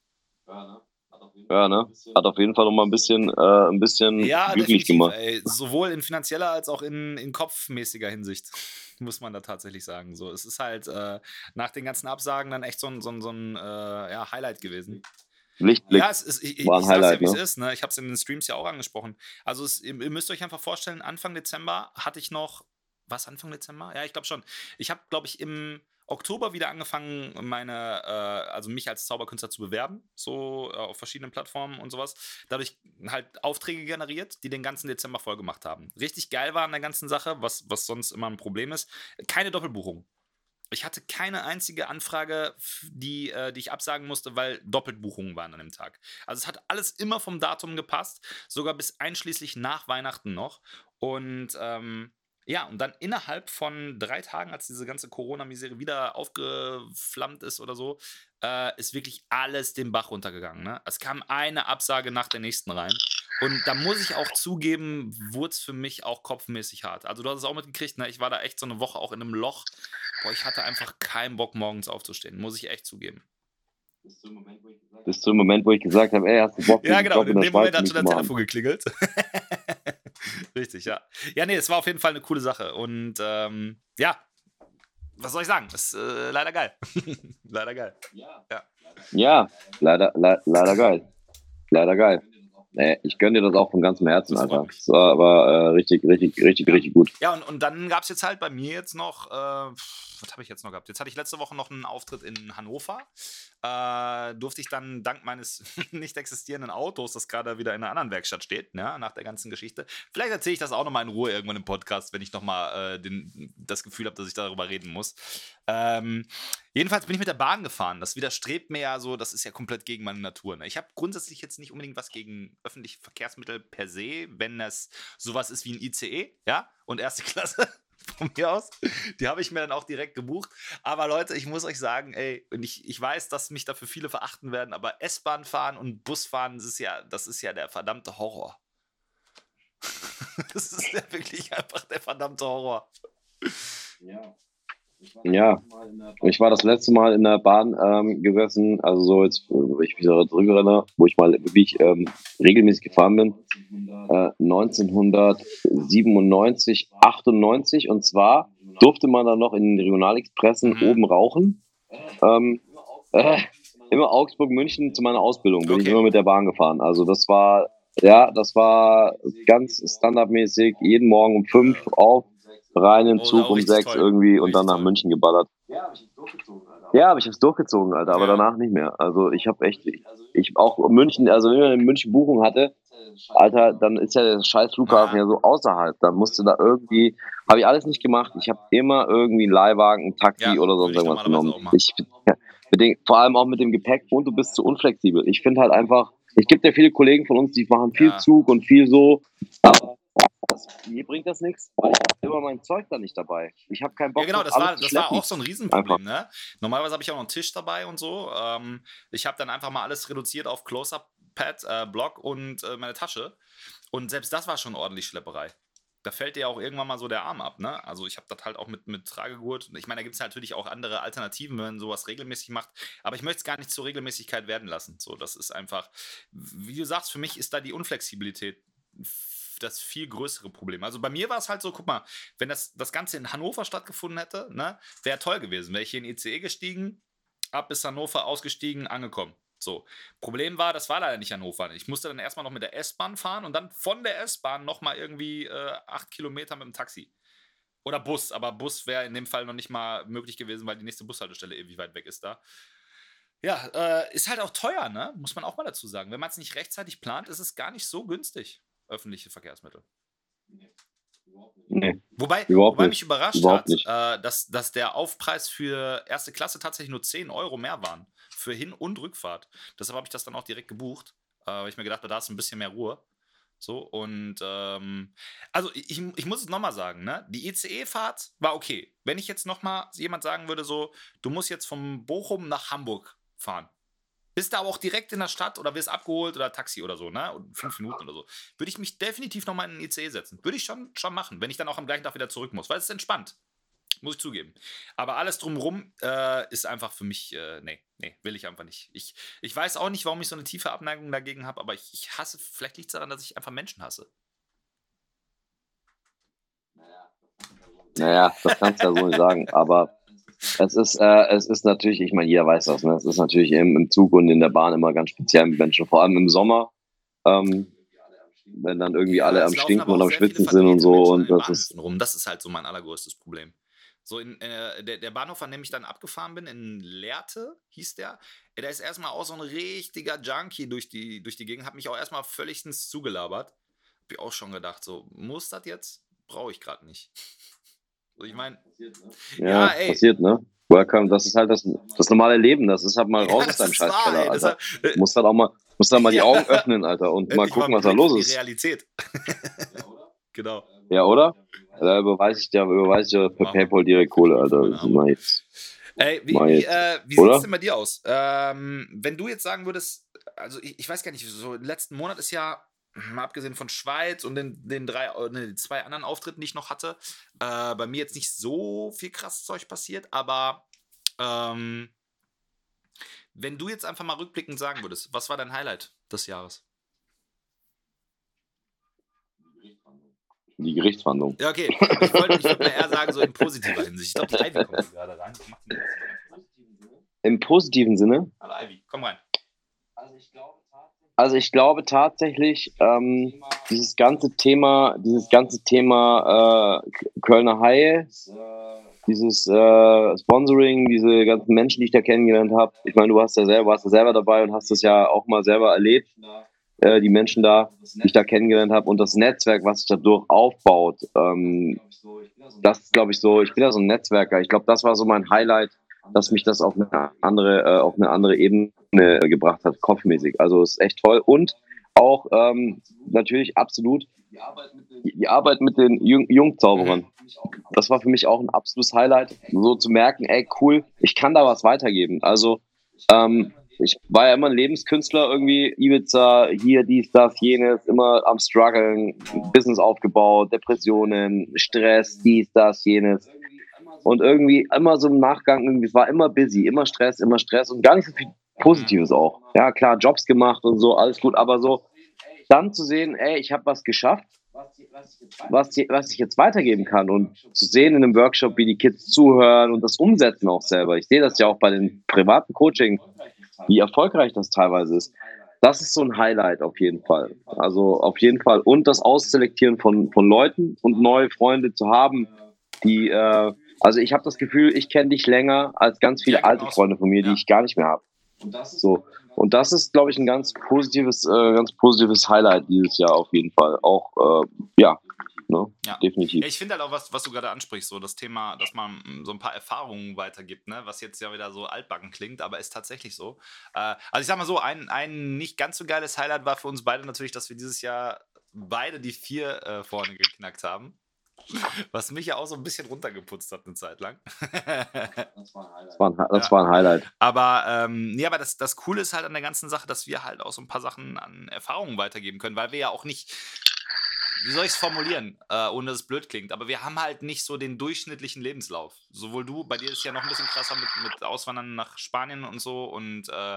Speaker 3: Ja, ne? Hat auf jeden Fall noch mal ein bisschen, äh, ein bisschen
Speaker 2: Ja,
Speaker 3: glücklich
Speaker 2: definitiv,
Speaker 3: gemacht.
Speaker 2: ey. Sowohl in finanzieller als auch in, in kopfmäßiger Hinsicht, muss man da tatsächlich sagen. So, es ist halt äh, nach den ganzen Absagen dann echt so ein, so ein, so ein äh, ja, Highlight gewesen.
Speaker 3: Lichtblick.
Speaker 2: Ja, es ist, ich, ich,
Speaker 3: war ein
Speaker 2: ich sag's
Speaker 3: Highlight,
Speaker 2: ja, wie es
Speaker 3: ne?
Speaker 2: ist. Ne? Ich habe es in den Streams ja auch angesprochen. Also es, ihr, ihr müsst euch einfach vorstellen, Anfang Dezember hatte ich noch, was, Anfang Dezember? Ja, ich glaube schon. Ich habe, glaube ich, im Oktober wieder angefangen, meine, äh, also mich als Zauberkünstler zu bewerben, so äh, auf verschiedenen Plattformen und sowas. Dadurch halt Aufträge generiert, die den ganzen Dezember voll gemacht haben. Richtig geil war an der ganzen Sache, was, was sonst immer ein Problem ist, keine Doppelbuchung. Ich hatte keine einzige Anfrage, die, äh, die ich absagen musste, weil Doppelbuchungen waren an dem Tag. Also es hat alles immer vom Datum gepasst, sogar bis einschließlich nach Weihnachten noch. Und ähm, ja, und dann innerhalb von drei Tagen, als diese ganze Corona-Misere wieder aufgeflammt ist oder so, äh, ist wirklich alles den Bach runtergegangen. Ne? Es kam eine Absage nach der nächsten rein. Und da muss ich auch zugeben, wurde es für mich auch kopfmäßig hart. Also du hast es auch mitgekriegt, ne? Ich war da echt so eine Woche auch in einem Loch. Boah, ich hatte einfach keinen Bock, morgens aufzustehen, muss ich echt zugeben.
Speaker 3: Bis zum Moment, wo ich gesagt habe, ey, hast du Bock,
Speaker 2: Ja,
Speaker 3: diesen
Speaker 2: genau,
Speaker 3: Job
Speaker 2: in
Speaker 3: in der
Speaker 2: dem Moment
Speaker 3: Schweiz
Speaker 2: hat schon dein
Speaker 3: mitzumachen?
Speaker 2: Telefon geklingelt. Richtig, ja. Ja, nee, es war auf jeden Fall eine coole Sache. Und ähm, ja, was soll ich sagen? Das ist äh, leider geil. Leider geil. Ja.
Speaker 3: Ja, leider, le leider geil. Leider geil. Nee, ich gönne dir das auch von ganzem Herzen,
Speaker 2: Das freut
Speaker 3: Alter.
Speaker 2: mich.
Speaker 3: Das war aber äh, richtig, richtig, richtig, richtig gut.
Speaker 2: Ja, und, und dann gab es jetzt halt bei mir jetzt noch, äh, was habe ich jetzt noch gehabt? Jetzt hatte ich letzte Woche noch einen Auftritt in Hannover. äh, durfte ich dann dank meines nicht existierenden Autos, das gerade wieder in einer anderen Werkstatt steht, ne, nach der ganzen Geschichte. Vielleicht erzähle ich das auch nochmal in Ruhe irgendwann im Podcast, wenn ich nochmal äh, den, das Gefühl habe, dass ich darüber reden muss. Ähm, jedenfalls bin ich mit der Bahn gefahren. Das widerstrebt mir ja so, das ist ja komplett gegen meine Natur. Ne? Ich habe grundsätzlich jetzt nicht unbedingt was gegen öffentliche Verkehrsmittel per se, wenn es sowas ist wie ein I C E, ja, und erste Klasse. Von mir aus. Die habe ich mir dann auch direkt gebucht. Aber Leute, ich muss euch sagen, ey, und ich, ich weiß, dass mich dafür viele verachten werden, aber S-Bahn fahren und Bus fahren, das ist ja, das ist ja der verdammte Horror. Das ist ja wirklich einfach der verdammte Horror.
Speaker 3: Ja. Ja, ich war das letzte Mal in der Bahn ähm, gesessen, also so jetzt, wenn ich mich so zurückerinnere, wo ich mal wirklich ähm, regelmäßig gefahren bin, äh, neunzehnhundertsiebenundneunzig, achtundneunzig, und zwar durfte man dann noch in den Regionalexpressen
Speaker 2: Mhm.
Speaker 3: oben rauchen. Ähm, äh, immer Augsburg, München zu meiner Ausbildung bin ich
Speaker 2: Okay.
Speaker 3: immer mit der Bahn gefahren. Also das war, ja, das war ganz standardmäßig, jeden Morgen um fünf auf, rein im
Speaker 2: Oh,
Speaker 3: Zug
Speaker 2: auch
Speaker 3: um
Speaker 2: richtig
Speaker 3: sechs
Speaker 2: toll.
Speaker 3: irgendwie und
Speaker 2: Richtig
Speaker 3: dann nach
Speaker 2: toll.
Speaker 3: München geballert. Ja, aber ich habe es durchgezogen, Alter, aber
Speaker 2: Ja.
Speaker 3: danach nicht mehr. Also ich habe echt, ich, ich auch München, also wenn man in München Buchung hatte, Alter, dann ist ja der scheiß Flughafen
Speaker 2: Ja.
Speaker 3: ja so außerhalb. Dann musste da irgendwie, habe ich alles nicht gemacht. Ich habe immer irgendwie einen Leihwagen, ein Taxi
Speaker 2: Ja,
Speaker 3: oder
Speaker 2: würde
Speaker 3: sonst
Speaker 2: ich
Speaker 3: irgendwas
Speaker 2: normalerweise
Speaker 3: genommen.
Speaker 2: auch machen.
Speaker 3: Ich, ja, mit den, vor allem auch mit dem Gepäck, und du bist zu unflexibel. Ich finde halt einfach, es gibt ja viele Kollegen von uns, die machen viel
Speaker 2: Ja.
Speaker 3: Zug und viel so, aber das, mir bringt das nichts, weil ich habe immer mein Zeug da nicht dabei. Ich habe keinen Bock,
Speaker 2: Ja, genau,
Speaker 3: das
Speaker 2: das war,
Speaker 3: alles zu
Speaker 2: das war
Speaker 3: schleppen.
Speaker 2: auch so ein Riesenproblem, ne? Normalerweise habe ich auch noch einen Tisch dabei und so. Ähm, ich habe dann einfach mal alles reduziert auf Close-Up-Pad, äh, Block und äh, meine Tasche. Und selbst das war schon ordentlich Schlepperei. Da fällt dir ja auch irgendwann mal so der Arm ab, ne? Also ich habe das halt auch mit, mit Tragegurt. Ich meine, da gibt es natürlich auch andere Alternativen, wenn man sowas regelmäßig macht. Aber ich möchte es gar nicht zur Regelmäßigkeit werden lassen. So, das ist einfach, wie du sagst, für mich ist da die Unflexibilität das viel größere Problem. Also bei mir war es halt so, guck mal, wenn das, das Ganze in Hannover stattgefunden hätte, ne, wäre toll gewesen. Wäre ich hier in den I C E gestiegen, ab bis Hannover ausgestiegen, angekommen. So. Problem war, das war leider nicht Hannover. Ich musste dann erstmal noch mit der S-Bahn fahren und dann von der S-Bahn nochmal irgendwie äh, acht Kilometer mit dem Taxi. Oder Bus, aber Bus wäre in dem Fall noch nicht mal möglich gewesen, weil die nächste Bushaltestelle ewig weit weg ist da. Ja, äh, ist halt auch teuer, ne? Muss man auch mal dazu sagen. Wenn man es nicht rechtzeitig plant, ist es gar nicht so günstig, öffentliche Verkehrsmittel.
Speaker 3: Nee,
Speaker 2: Wobei,
Speaker 3: Überhaupt
Speaker 2: wobei
Speaker 3: nicht.
Speaker 2: mich überrascht
Speaker 3: Überhaupt
Speaker 2: hat,
Speaker 3: nicht.
Speaker 2: äh, dass, dass der Aufpreis für erste Klasse tatsächlich nur zehn Euro mehr waren. Für Hin- und Rückfahrt. Deshalb habe ich das dann auch direkt gebucht, äh, weil ich mir gedacht habe, da ist ein bisschen mehr Ruhe. So, und ähm, also ich, ich muss es nochmal sagen, ne? Die I C E-Fahrt war okay. Wenn ich jetzt nochmal jemand sagen würde, so, du musst jetzt vom Bochum nach Hamburg fahren. Bist da aber auch direkt in der Stadt oder wirst abgeholt oder Taxi oder so, ne? Und fünf Minuten oder so. Würde ich mich definitiv nochmal in den I C E setzen. Würde ich schon, schon machen, wenn ich dann auch am gleichen Tag wieder zurück muss, weil es ist entspannt. Muss ich zugeben. Aber alles drumherum äh, ist einfach für mich, äh, nee, nee, will ich einfach nicht. Ich, ich weiß auch nicht, warum ich so eine tiefe Abneigung dagegen habe, aber ich, ich hasse, vielleicht liegt es daran, dass ich einfach Menschen hasse.
Speaker 3: Naja, das kannst du ja so nicht sagen, aber es ist, äh, es ist natürlich, ich meine, jeder weiß das, ne? Es ist natürlich im, im Zug und in der Bahn immer ganz speziell mit Menschen, vor allem im Sommer, ähm, wenn dann irgendwie
Speaker 2: Ja,
Speaker 3: alle
Speaker 2: es
Speaker 3: am
Speaker 2: laufen
Speaker 3: Stinken
Speaker 2: aber
Speaker 3: und
Speaker 2: auch
Speaker 3: am
Speaker 2: sehr viele
Speaker 3: Schwitzen sind und
Speaker 2: verdrehte
Speaker 3: so,
Speaker 2: Menschen an
Speaker 3: und
Speaker 2: den
Speaker 3: das ist,
Speaker 2: Bahnhöfen rum. Das ist halt so mein allergrößtes Problem. So in, äh, der, der Bahnhof, an dem ich dann abgefahren bin, in Lehrte, hieß der, äh, da ist erstmal auch so ein richtiger Junkie durch die, durch die Gegend, hat mich auch erstmal völligstens zugelabert. Hab ich auch schon gedacht, so, muss das jetzt? Brauche ich gerade nicht. So, ich meine,
Speaker 3: ja,
Speaker 2: ja, ey.
Speaker 3: passiert, ne? Welcome, das ist halt das, das normale Leben, das ist halt mal
Speaker 2: Ja,
Speaker 3: raus aus
Speaker 2: das
Speaker 3: deinem
Speaker 2: ist wahr,
Speaker 3: Scheißkeller,
Speaker 2: ey.
Speaker 3: Alter.
Speaker 2: Deshalb, äh,
Speaker 3: Du musst halt auch mal, musst halt mal die
Speaker 2: Ja.
Speaker 3: Augen öffnen, Alter, und mal
Speaker 2: endlich mal
Speaker 3: gucken,
Speaker 2: ein
Speaker 3: was da
Speaker 2: Blick
Speaker 3: los
Speaker 2: für die
Speaker 3: ist.
Speaker 2: Realität. Genau.
Speaker 3: Ja, oder? Da überweise ich dir, überweise ich dir per
Speaker 2: Mach mal.
Speaker 3: PayPal direkt Kohle,
Speaker 2: Für
Speaker 3: Alter.
Speaker 2: meine
Speaker 3: Das
Speaker 2: Arme.
Speaker 3: mach ich jetzt.
Speaker 2: Ey, wie,
Speaker 3: Mach
Speaker 2: wie,
Speaker 3: jetzt.
Speaker 2: äh, wie
Speaker 3: Oder?
Speaker 2: sieht's denn bei dir aus? Ähm, wenn du jetzt sagen würdest, also ich, ich weiß gar nicht, so im letzten Monat ist ja, mal abgesehen von Schweiz und den, den drei, äh, ne, zwei anderen Auftritten, die ich noch hatte, äh, bei mir jetzt nicht so viel krasses Zeug passiert, aber ähm, wenn du jetzt einfach mal rückblickend sagen würdest, was war dein Highlight des Jahres?
Speaker 3: Die Gerichtsverhandlung.
Speaker 2: Ja, okay. Ich wollte ich wollt mal eher sagen, so in positiver Hinsicht. Ich glaube, die Ivy kommt hier gerade rein. Ich mach die mal
Speaker 3: Im positiven Sinne?
Speaker 2: Hallo Ivy, komm rein.
Speaker 3: Also ich glaube tatsächlich, ähm, dieses ganze Thema, dieses ganze Thema äh, Kölner Haie, dieses äh, Sponsoring, diese ganzen Menschen, die ich da kennengelernt habe. Ich meine, du hast ja selber, warst ja selber dabei und hast das ja auch mal selber erlebt, äh, die Menschen da, die ich da kennengelernt habe und das Netzwerk, was sich dadurch aufbaut. Ähm, das ist, glaube ich, so, ich bin ja so ein Netzwerker. Ich glaube, das war so mein Highlight, dass mich das auf eine andere, äh, auf eine andere Ebene äh, gebracht hat, kopfmäßig. Also ist echt toll. Und auch ähm, natürlich absolut die, die Arbeit mit den Jung Jungzauberern. Das war für mich auch ein absolutes Highlight, so zu merken, ey, cool, ich kann da was weitergeben. Also ähm, ich war ja immer ein Lebenskünstler irgendwie, Ibiza, hier, dies, das, jenes, immer am struggeln, Business aufgebaut, Depressionen, Stress, dies, das, jenes. Und irgendwie immer so im Nachgang, irgendwie, es war immer busy, immer Stress, immer Stress und gar nicht so viel Positives auch. Ja, klar, Jobs gemacht und so, alles gut, aber so dann zu sehen, ey, ich habe was geschafft, was, was ich jetzt weitergeben kann und zu sehen in einem Workshop, wie die Kids zuhören und das umsetzen auch selber. Ich sehe das ja auch bei den privaten Coaching, wie erfolgreich das teilweise ist. Das ist so ein Highlight auf jeden Fall. Also auf jeden Fall. Und das Ausselektieren von, von Leuten und neue Freunde zu haben, die, äh, also ich habe das Gefühl, ich kenne dich länger als ganz viele alte Freunde von mir, die ich gar nicht mehr habe. So. Und das ist, glaube ich, ein ganz positives, äh, ganz positives Highlight dieses Jahr auf jeden Fall. Auch, äh, ja, ne?
Speaker 2: Ja.
Speaker 3: Definitiv.
Speaker 2: Ja, ich finde halt auch, was, was du gerade ansprichst, so das Thema, dass man so ein paar Erfahrungen weitergibt, ne? Was jetzt ja wieder so altbacken klingt, aber ist tatsächlich so. Äh, also ich sag mal so, ein, ein nicht ganz so geiles Highlight war für uns beide natürlich, dass wir dieses Jahr beide die vier äh, vorne geknackt haben. Was mich ja auch so ein bisschen runtergeputzt hat eine Zeit lang.
Speaker 3: Das war ein, das ja. war ein Highlight.
Speaker 2: Aber, ähm, nee, aber das, das Coole ist halt an der ganzen Sache, dass wir halt auch so ein paar Sachen an Erfahrungen weitergeben können, weil wir ja auch nicht, wie soll ich es formulieren, äh, ohne dass es blöd klingt, aber wir haben halt nicht so den durchschnittlichen Lebenslauf. Sowohl du, bei dir ist ja noch ein bisschen krasser mit, mit Auswandern nach Spanien und so und äh,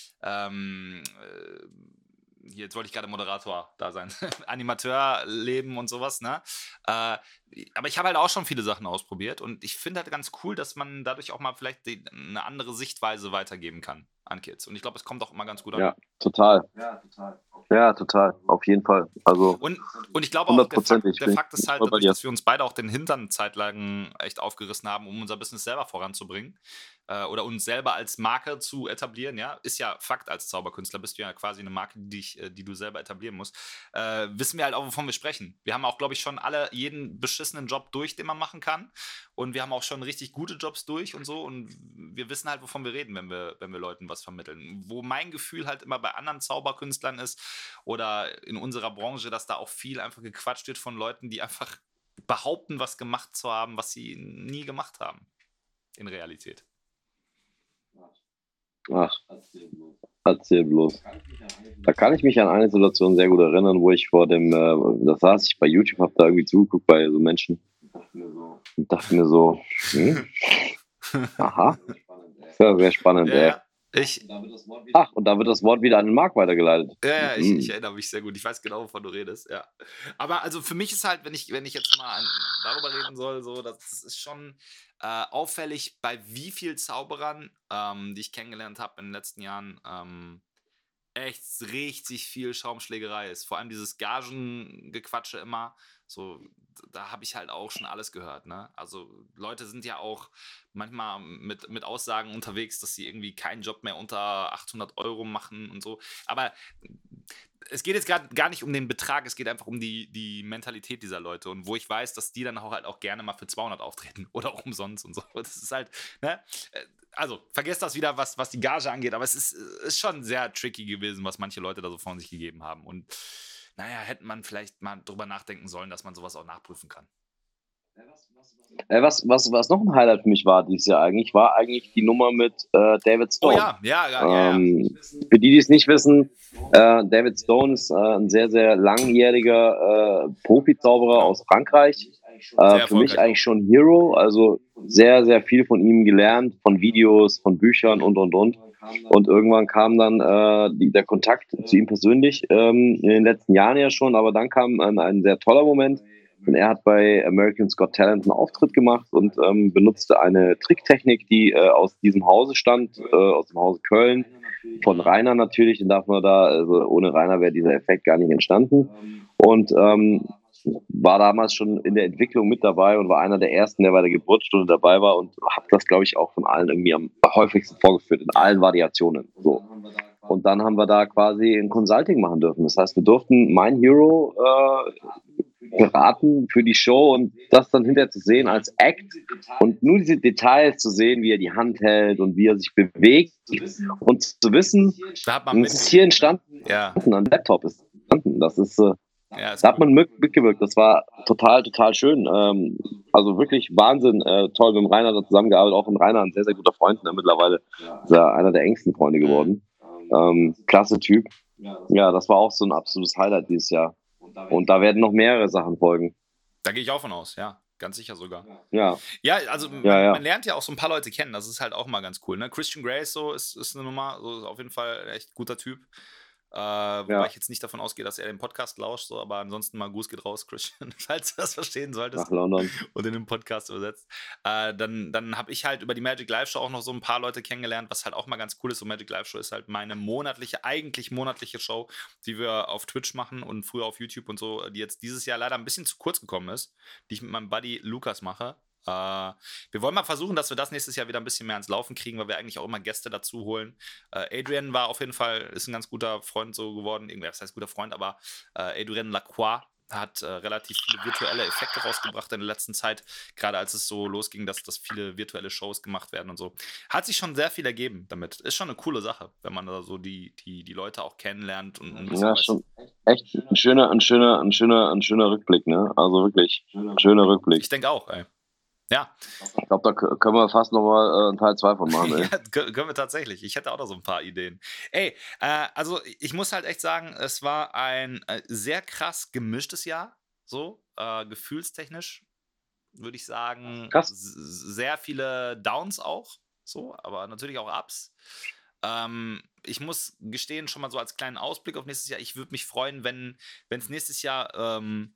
Speaker 2: ähm, äh, jetzt wollte ich gerade Moderator da sein, Animateurleben und sowas, ne? Äh, aber ich habe halt auch schon viele Sachen ausprobiert und ich finde halt ganz cool, dass man dadurch auch mal vielleicht die, eine andere Sichtweise weitergeben kann an Kids. Und ich glaube, es kommt auch immer ganz gut an.
Speaker 3: Ja, total. Ja, total. Ja, total. Auf jeden Fall. Also
Speaker 2: und, und ich glaube auch, der Fakt, der Fakt ist halt, dadurch, dass wir uns beide auch den Hintern zeitlang echt aufgerissen haben, um unser Business selber voranzubringen äh, oder uns selber als Marke zu etablieren, ja, ist ja Fakt, als Zauberkünstler bist du ja quasi eine Marke, die, dich, die du selber etablieren musst, äh, wissen wir halt auch, wovon wir sprechen. Wir haben auch, glaube ich, schon alle jeden beschissenen Job durch, den man machen kann und wir haben auch schon richtig gute Jobs durch und so und wir wissen halt, wovon wir reden, wenn wir, wenn wir Leuten was vermitteln. Wo mein Gefühl halt immer bei anderen Zauberkünstlern ist oder in unserer Branche, dass da auch viel einfach gequatscht wird von Leuten, die einfach behaupten, was gemacht zu haben, was sie nie gemacht haben. In Realität.
Speaker 3: Ach, erzähl bloß. Da kann ich mich an eine Situation sehr gut erinnern, wo ich vor dem, äh, da saß ich bei YouTube, hab da irgendwie zugeguckt bei so Menschen und dachte mir so, hm? Aha, sehr, sehr spannend,
Speaker 2: ja,
Speaker 3: ey.
Speaker 2: Ich,
Speaker 3: Ach, und da wird das Wort wieder an den Marc weitergeleitet.
Speaker 2: Ja, ja ich, ich erinnere mich sehr gut. Ich weiß genau, wovon du redest, ja. Aber also für mich ist halt, wenn ich, wenn ich jetzt mal darüber reden soll, so, das ist schon äh, auffällig, bei wie vielen Zauberern, ähm, die ich kennengelernt habe in den letzten Jahren, ähm, echt richtig viel Schaumschlägerei ist. Vor allem dieses Gagengequatsche immer. So, da habe ich halt auch schon alles gehört, ne? Also Leute sind ja auch manchmal mit, mit Aussagen unterwegs, dass sie irgendwie keinen Job mehr unter achthundert Euro machen und so. Aber es geht jetzt gar, gar nicht um den Betrag, es geht einfach um die, die Mentalität dieser Leute und wo ich weiß, dass die dann auch halt auch gerne mal für zweihundert auftreten oder auch umsonst und so. Das ist halt, ne? Also, vergesst das wieder, was, was die Gage angeht, aber es ist, ist schon sehr tricky gewesen, was manche Leute da so von sich gegeben haben. Und naja, hätte man vielleicht mal drüber nachdenken sollen, dass man sowas auch nachprüfen kann.
Speaker 3: Äh, was, was, was noch ein Highlight für mich war dieses Jahr eigentlich, war eigentlich die Nummer mit äh, David Stone.
Speaker 2: Oh ja, ja, ja. ja,
Speaker 3: ähm,
Speaker 2: ja.
Speaker 3: Für die, die es nicht wissen, äh, David Stone ist äh, ein sehr, sehr langjähriger äh, Profi-Zauberer genau. aus Frankreich. Äh, für mich eigentlich schon Hero, also sehr, sehr viel von ihm gelernt, von Videos, von Büchern und, und, und. Und irgendwann kam dann äh, die, der Kontakt zu ihm persönlich, ähm, in den letzten Jahren ja schon, aber dann kam ein, ein sehr toller Moment, denn er hat bei American's Got Talent einen Auftritt gemacht und ähm, benutzte eine Tricktechnik, die äh, aus diesem Hause stammt, äh, aus dem Hause Köln, von Rainer natürlich, den darf man da, also ohne Rainer wäre dieser Effekt gar nicht entstanden. Und ähm, war damals schon in der Entwicklung mit dabei und war einer der ersten, der bei der Geburtsstunde dabei war und habe das, glaube ich, auch von allen irgendwie am häufigsten vorgeführt, in allen Variationen. So. Und dann haben wir da quasi ein Consulting machen dürfen. Das heißt, wir durften mein Hero äh, beraten für die Show und das dann hinterher zu sehen als Act und nur diese Details zu sehen, wie er die Hand hält und wie er sich bewegt und zu wissen,
Speaker 2: Da hat man
Speaker 3: das ist hier entstanden,
Speaker 2: Ja,
Speaker 3: ein Laptop ist entstanden. Das ist, äh,
Speaker 2: ja, ist
Speaker 3: da hat
Speaker 2: cool.
Speaker 3: man mit- mitgewirkt. Das war total, total schön. Ähm, also wirklich Wahnsinn. Äh, toll mit dem Rainer da zusammengearbeitet. Auch ein Rainer, ein sehr, sehr guter Freund. Ne? Mittlerweile ist er einer der engsten Freunde geworden. Ähm, klasse Typ. Ja, das war auch so ein absolutes Highlight dieses Jahr. Und da werden noch mehrere Sachen folgen.
Speaker 2: Da gehe ich auch von aus, ja. Ganz sicher sogar.
Speaker 3: Ja,
Speaker 2: Ja, also man,
Speaker 3: Ja, ja.
Speaker 2: man lernt ja auch so ein paar Leute kennen. Das ist halt auch mal ganz cool. Ne? Christian Grace so ist, ist eine Nummer, so ist auf jeden Fall ein echt guter Typ. Äh, wobei
Speaker 3: Ja.
Speaker 2: ich jetzt nicht davon ausgehe, dass er den Podcast lauscht, so, aber ansonsten mal Gruß geht raus, Christian, falls du das verstehen solltest
Speaker 3: nach London.
Speaker 2: und in den Podcast übersetzt. Äh, dann dann habe ich halt über die Magic Live Show auch noch so ein paar Leute kennengelernt, was halt auch mal ganz cool ist. So Magic Live Show ist halt meine monatliche, eigentlich monatliche Show, die wir auf Twitch machen und früher auf YouTube und so, die jetzt dieses Jahr leider ein bisschen zu kurz gekommen ist, die ich mit meinem Buddy Lukas mache. Äh, wir wollen mal versuchen, dass wir das nächstes Jahr wieder ein bisschen mehr ans Laufen kriegen, weil wir eigentlich auch immer Gäste dazu holen. Äh, Adrian war auf jeden Fall, ist ein ganz guter Freund so geworden. Irgendwie, das heißt guter Freund, aber äh, Adrian Lacroix hat äh, relativ viele virtuelle Effekte rausgebracht in der letzten Zeit, gerade als es so losging, dass, dass viele virtuelle Shows gemacht werden und so. Hat sich schon sehr viel ergeben damit. Ist schon eine coole Sache, wenn man da so die, die, die Leute auch kennenlernt und ein bisschen
Speaker 3: Ja,
Speaker 2: weiß.
Speaker 3: schon echt ein schöner, ein schöner, ein schöner, ein schöner Rückblick, ne? Also wirklich, ein schöner Rückblick.
Speaker 2: Ich denke auch, ey. Ja.
Speaker 3: Ich glaube, da k- können wir fast nochmal äh, einen Teil zwei von machen, ey.
Speaker 2: Ja, kö- können wir tatsächlich. Ich hätte auch noch so ein paar Ideen. Ey, äh, also ich muss halt echt sagen, es war ein äh, sehr krass gemischtes Jahr, so äh, gefühlstechnisch, würde ich sagen.
Speaker 3: Krass.
Speaker 2: S- Sehr viele Downs auch, so, aber natürlich auch Ups. Ähm, ich muss gestehen, schon mal so als kleinen Ausblick auf nächstes Jahr, ich würde mich freuen, wenn es nächstes Jahr ähm,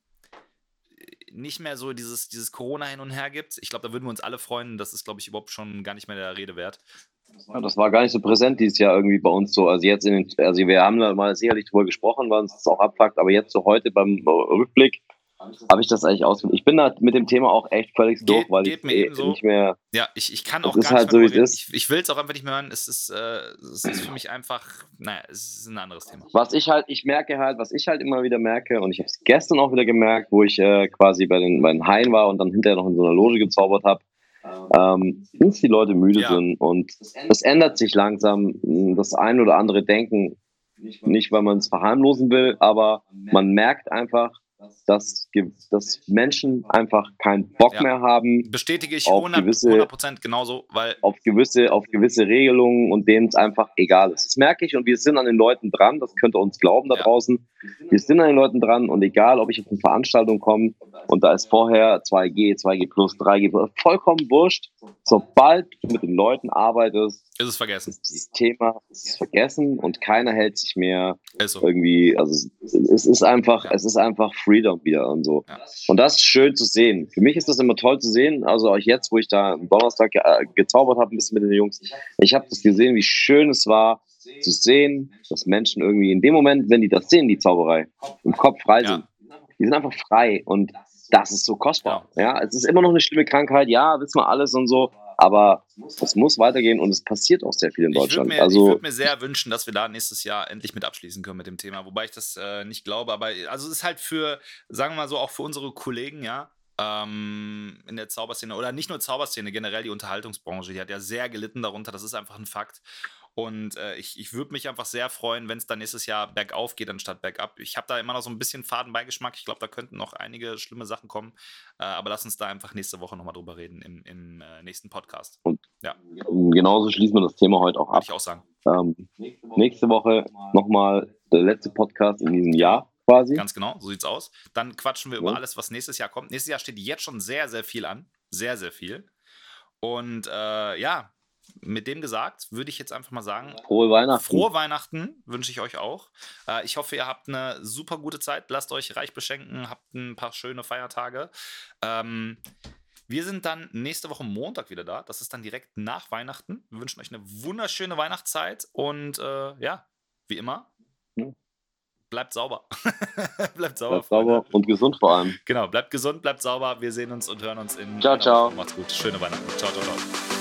Speaker 2: nicht mehr so dieses, dieses Corona hin und her gibt. Ich glaube, da würden wir uns alle freuen. Das ist, glaube ich, überhaupt schon gar nicht mehr der Rede wert.
Speaker 3: Ja, das war gar nicht so präsent dieses Jahr irgendwie bei uns so. Also jetzt in den, also wir haben da mal sicherlich drüber gesprochen, weil uns das auch abfuckt, aber jetzt so heute beim äh, Rückblick habe ich das eigentlich aus. Ich bin da mit dem Thema auch echt völlig
Speaker 2: Geht-
Speaker 3: durch, weil
Speaker 2: geht
Speaker 3: ich
Speaker 2: mir
Speaker 3: eh
Speaker 2: ebenso.
Speaker 3: nicht mehr.
Speaker 2: Ja, ich, ich kann
Speaker 3: Das
Speaker 2: auch
Speaker 3: ist
Speaker 2: gar
Speaker 3: halt
Speaker 2: nicht
Speaker 3: so,
Speaker 2: mehr
Speaker 3: wie es
Speaker 2: drüber reden.
Speaker 3: ist.
Speaker 2: Ich, ich will es auch einfach nicht mehr hören. Es ist, äh, es ist für mich einfach, naja, es ist ein anderes Thema.
Speaker 3: Was ich halt, ich merke halt, was ich halt immer wieder merke, und ich habe es gestern auch wieder gemerkt, wo ich äh, quasi bei den, bei den Haien war und dann hinterher noch in so einer Loge gezaubert habe, ähm, dass die Leute müde
Speaker 2: Ja.
Speaker 3: sind und es ändert sich langsam mh, das ein oder andere Denken, nicht weil man es verharmlosen will, aber man merkt einfach, dass, ge- dass Menschen einfach keinen Bock
Speaker 2: Ja.
Speaker 3: mehr haben
Speaker 2: Bestätige ich
Speaker 3: Auf
Speaker 2: hundert
Speaker 3: gewisse-
Speaker 2: Prozent genauso, weil
Speaker 3: auf gewisse, auf gewisse Regelungen und denen es einfach egal ist. Das merke ich und wir sind an den Leuten dran, das könnt ihr uns glauben da
Speaker 2: Ja.
Speaker 3: draußen. Wir sind an den Leuten dran und egal, ob ich auf eine Veranstaltung komme und da ist vorher zwei G, zwei G plus, drei G plus, vollkommen wurscht. Sobald du mit den Leuten arbeitest,
Speaker 2: ist es vergessen.
Speaker 3: ist dieses Thema ist vergessen und keiner hält sich mehr
Speaker 2: Ist so.
Speaker 3: irgendwie, also es, es ist einfach,
Speaker 2: Ja.
Speaker 3: es ist einfach Freedom wieder und so.
Speaker 2: Ja.
Speaker 3: Und das ist schön zu sehen. Für mich ist das immer toll zu sehen. Also auch jetzt, wo ich da am Donnerstag ge äh, gezaubert habe, ein bisschen mit den Jungs. Ich habe das gesehen, wie schön es war, zu sehen, dass Menschen irgendwie in dem Moment, wenn die das sehen, die Zauberei, im Kopf frei
Speaker 2: Ja.
Speaker 3: sind. Die sind einfach frei und das ist so kostbar. Ja, es ist immer noch eine schlimme Krankheit. Ja, wissen wir alles und so. Aber es muss weitergehen und es passiert auch sehr viel in
Speaker 2: Ich würde
Speaker 3: Deutschland.
Speaker 2: mir, ich
Speaker 3: also
Speaker 2: würd mir sehr wünschen, dass wir da nächstes Jahr endlich mit abschließen können mit dem Thema, wobei ich das äh, nicht glaube, aber also es ist halt für, sagen wir mal so, auch für unsere Kollegen, ja, ähm, in der Zauberszene oder nicht nur Zauberszene, generell die Unterhaltungsbranche, die hat ja sehr gelitten darunter, das ist einfach ein Fakt. Und äh, ich, ich würde mich einfach sehr freuen, wenn es dann nächstes Jahr bergauf geht anstatt bergab. Ich habe da immer noch so ein bisschen Fadenbeigeschmack. Ich glaube, da könnten noch einige schlimme Sachen kommen. Äh, aber lass uns da einfach nächste Woche nochmal drüber reden im, im äh, nächsten Podcast.
Speaker 3: genauso schließen wir das Thema heute auch
Speaker 2: Würde
Speaker 3: ab.
Speaker 2: ich auch sagen.
Speaker 3: Ähm, nächste Woche nochmal der letzte Podcast in diesem Jahr quasi.
Speaker 2: Ganz genau, so sieht's aus. Dann quatschen wir über
Speaker 3: Ja.
Speaker 2: alles, was nächstes Jahr kommt. Nächstes Jahr steht jetzt schon sehr, sehr viel an. Sehr, sehr viel. Und äh, ja, mit dem gesagt, würde ich jetzt einfach mal sagen,
Speaker 3: Frohe Weihnachten.
Speaker 2: frohe Weihnachten wünsche ich euch auch. Äh, ich hoffe, ihr habt eine super gute Zeit. Lasst euch reich beschenken, habt ein paar schöne Feiertage. Ähm, wir sind dann nächste Woche Montag wieder da. Das ist dann direkt nach Weihnachten. Wir wünschen euch eine wunderschöne Weihnachtszeit und äh, ja, wie immer, bleibt sauber. bleibt sauber,
Speaker 3: Bleibt sauber und gesund vor allem.
Speaker 2: Genau, bleibt gesund, bleibt sauber. Wir sehen uns und hören uns in.
Speaker 3: Ciao, ciao.
Speaker 2: Macht's gut. Schöne Weihnachten. Ciao, ciao, ciao.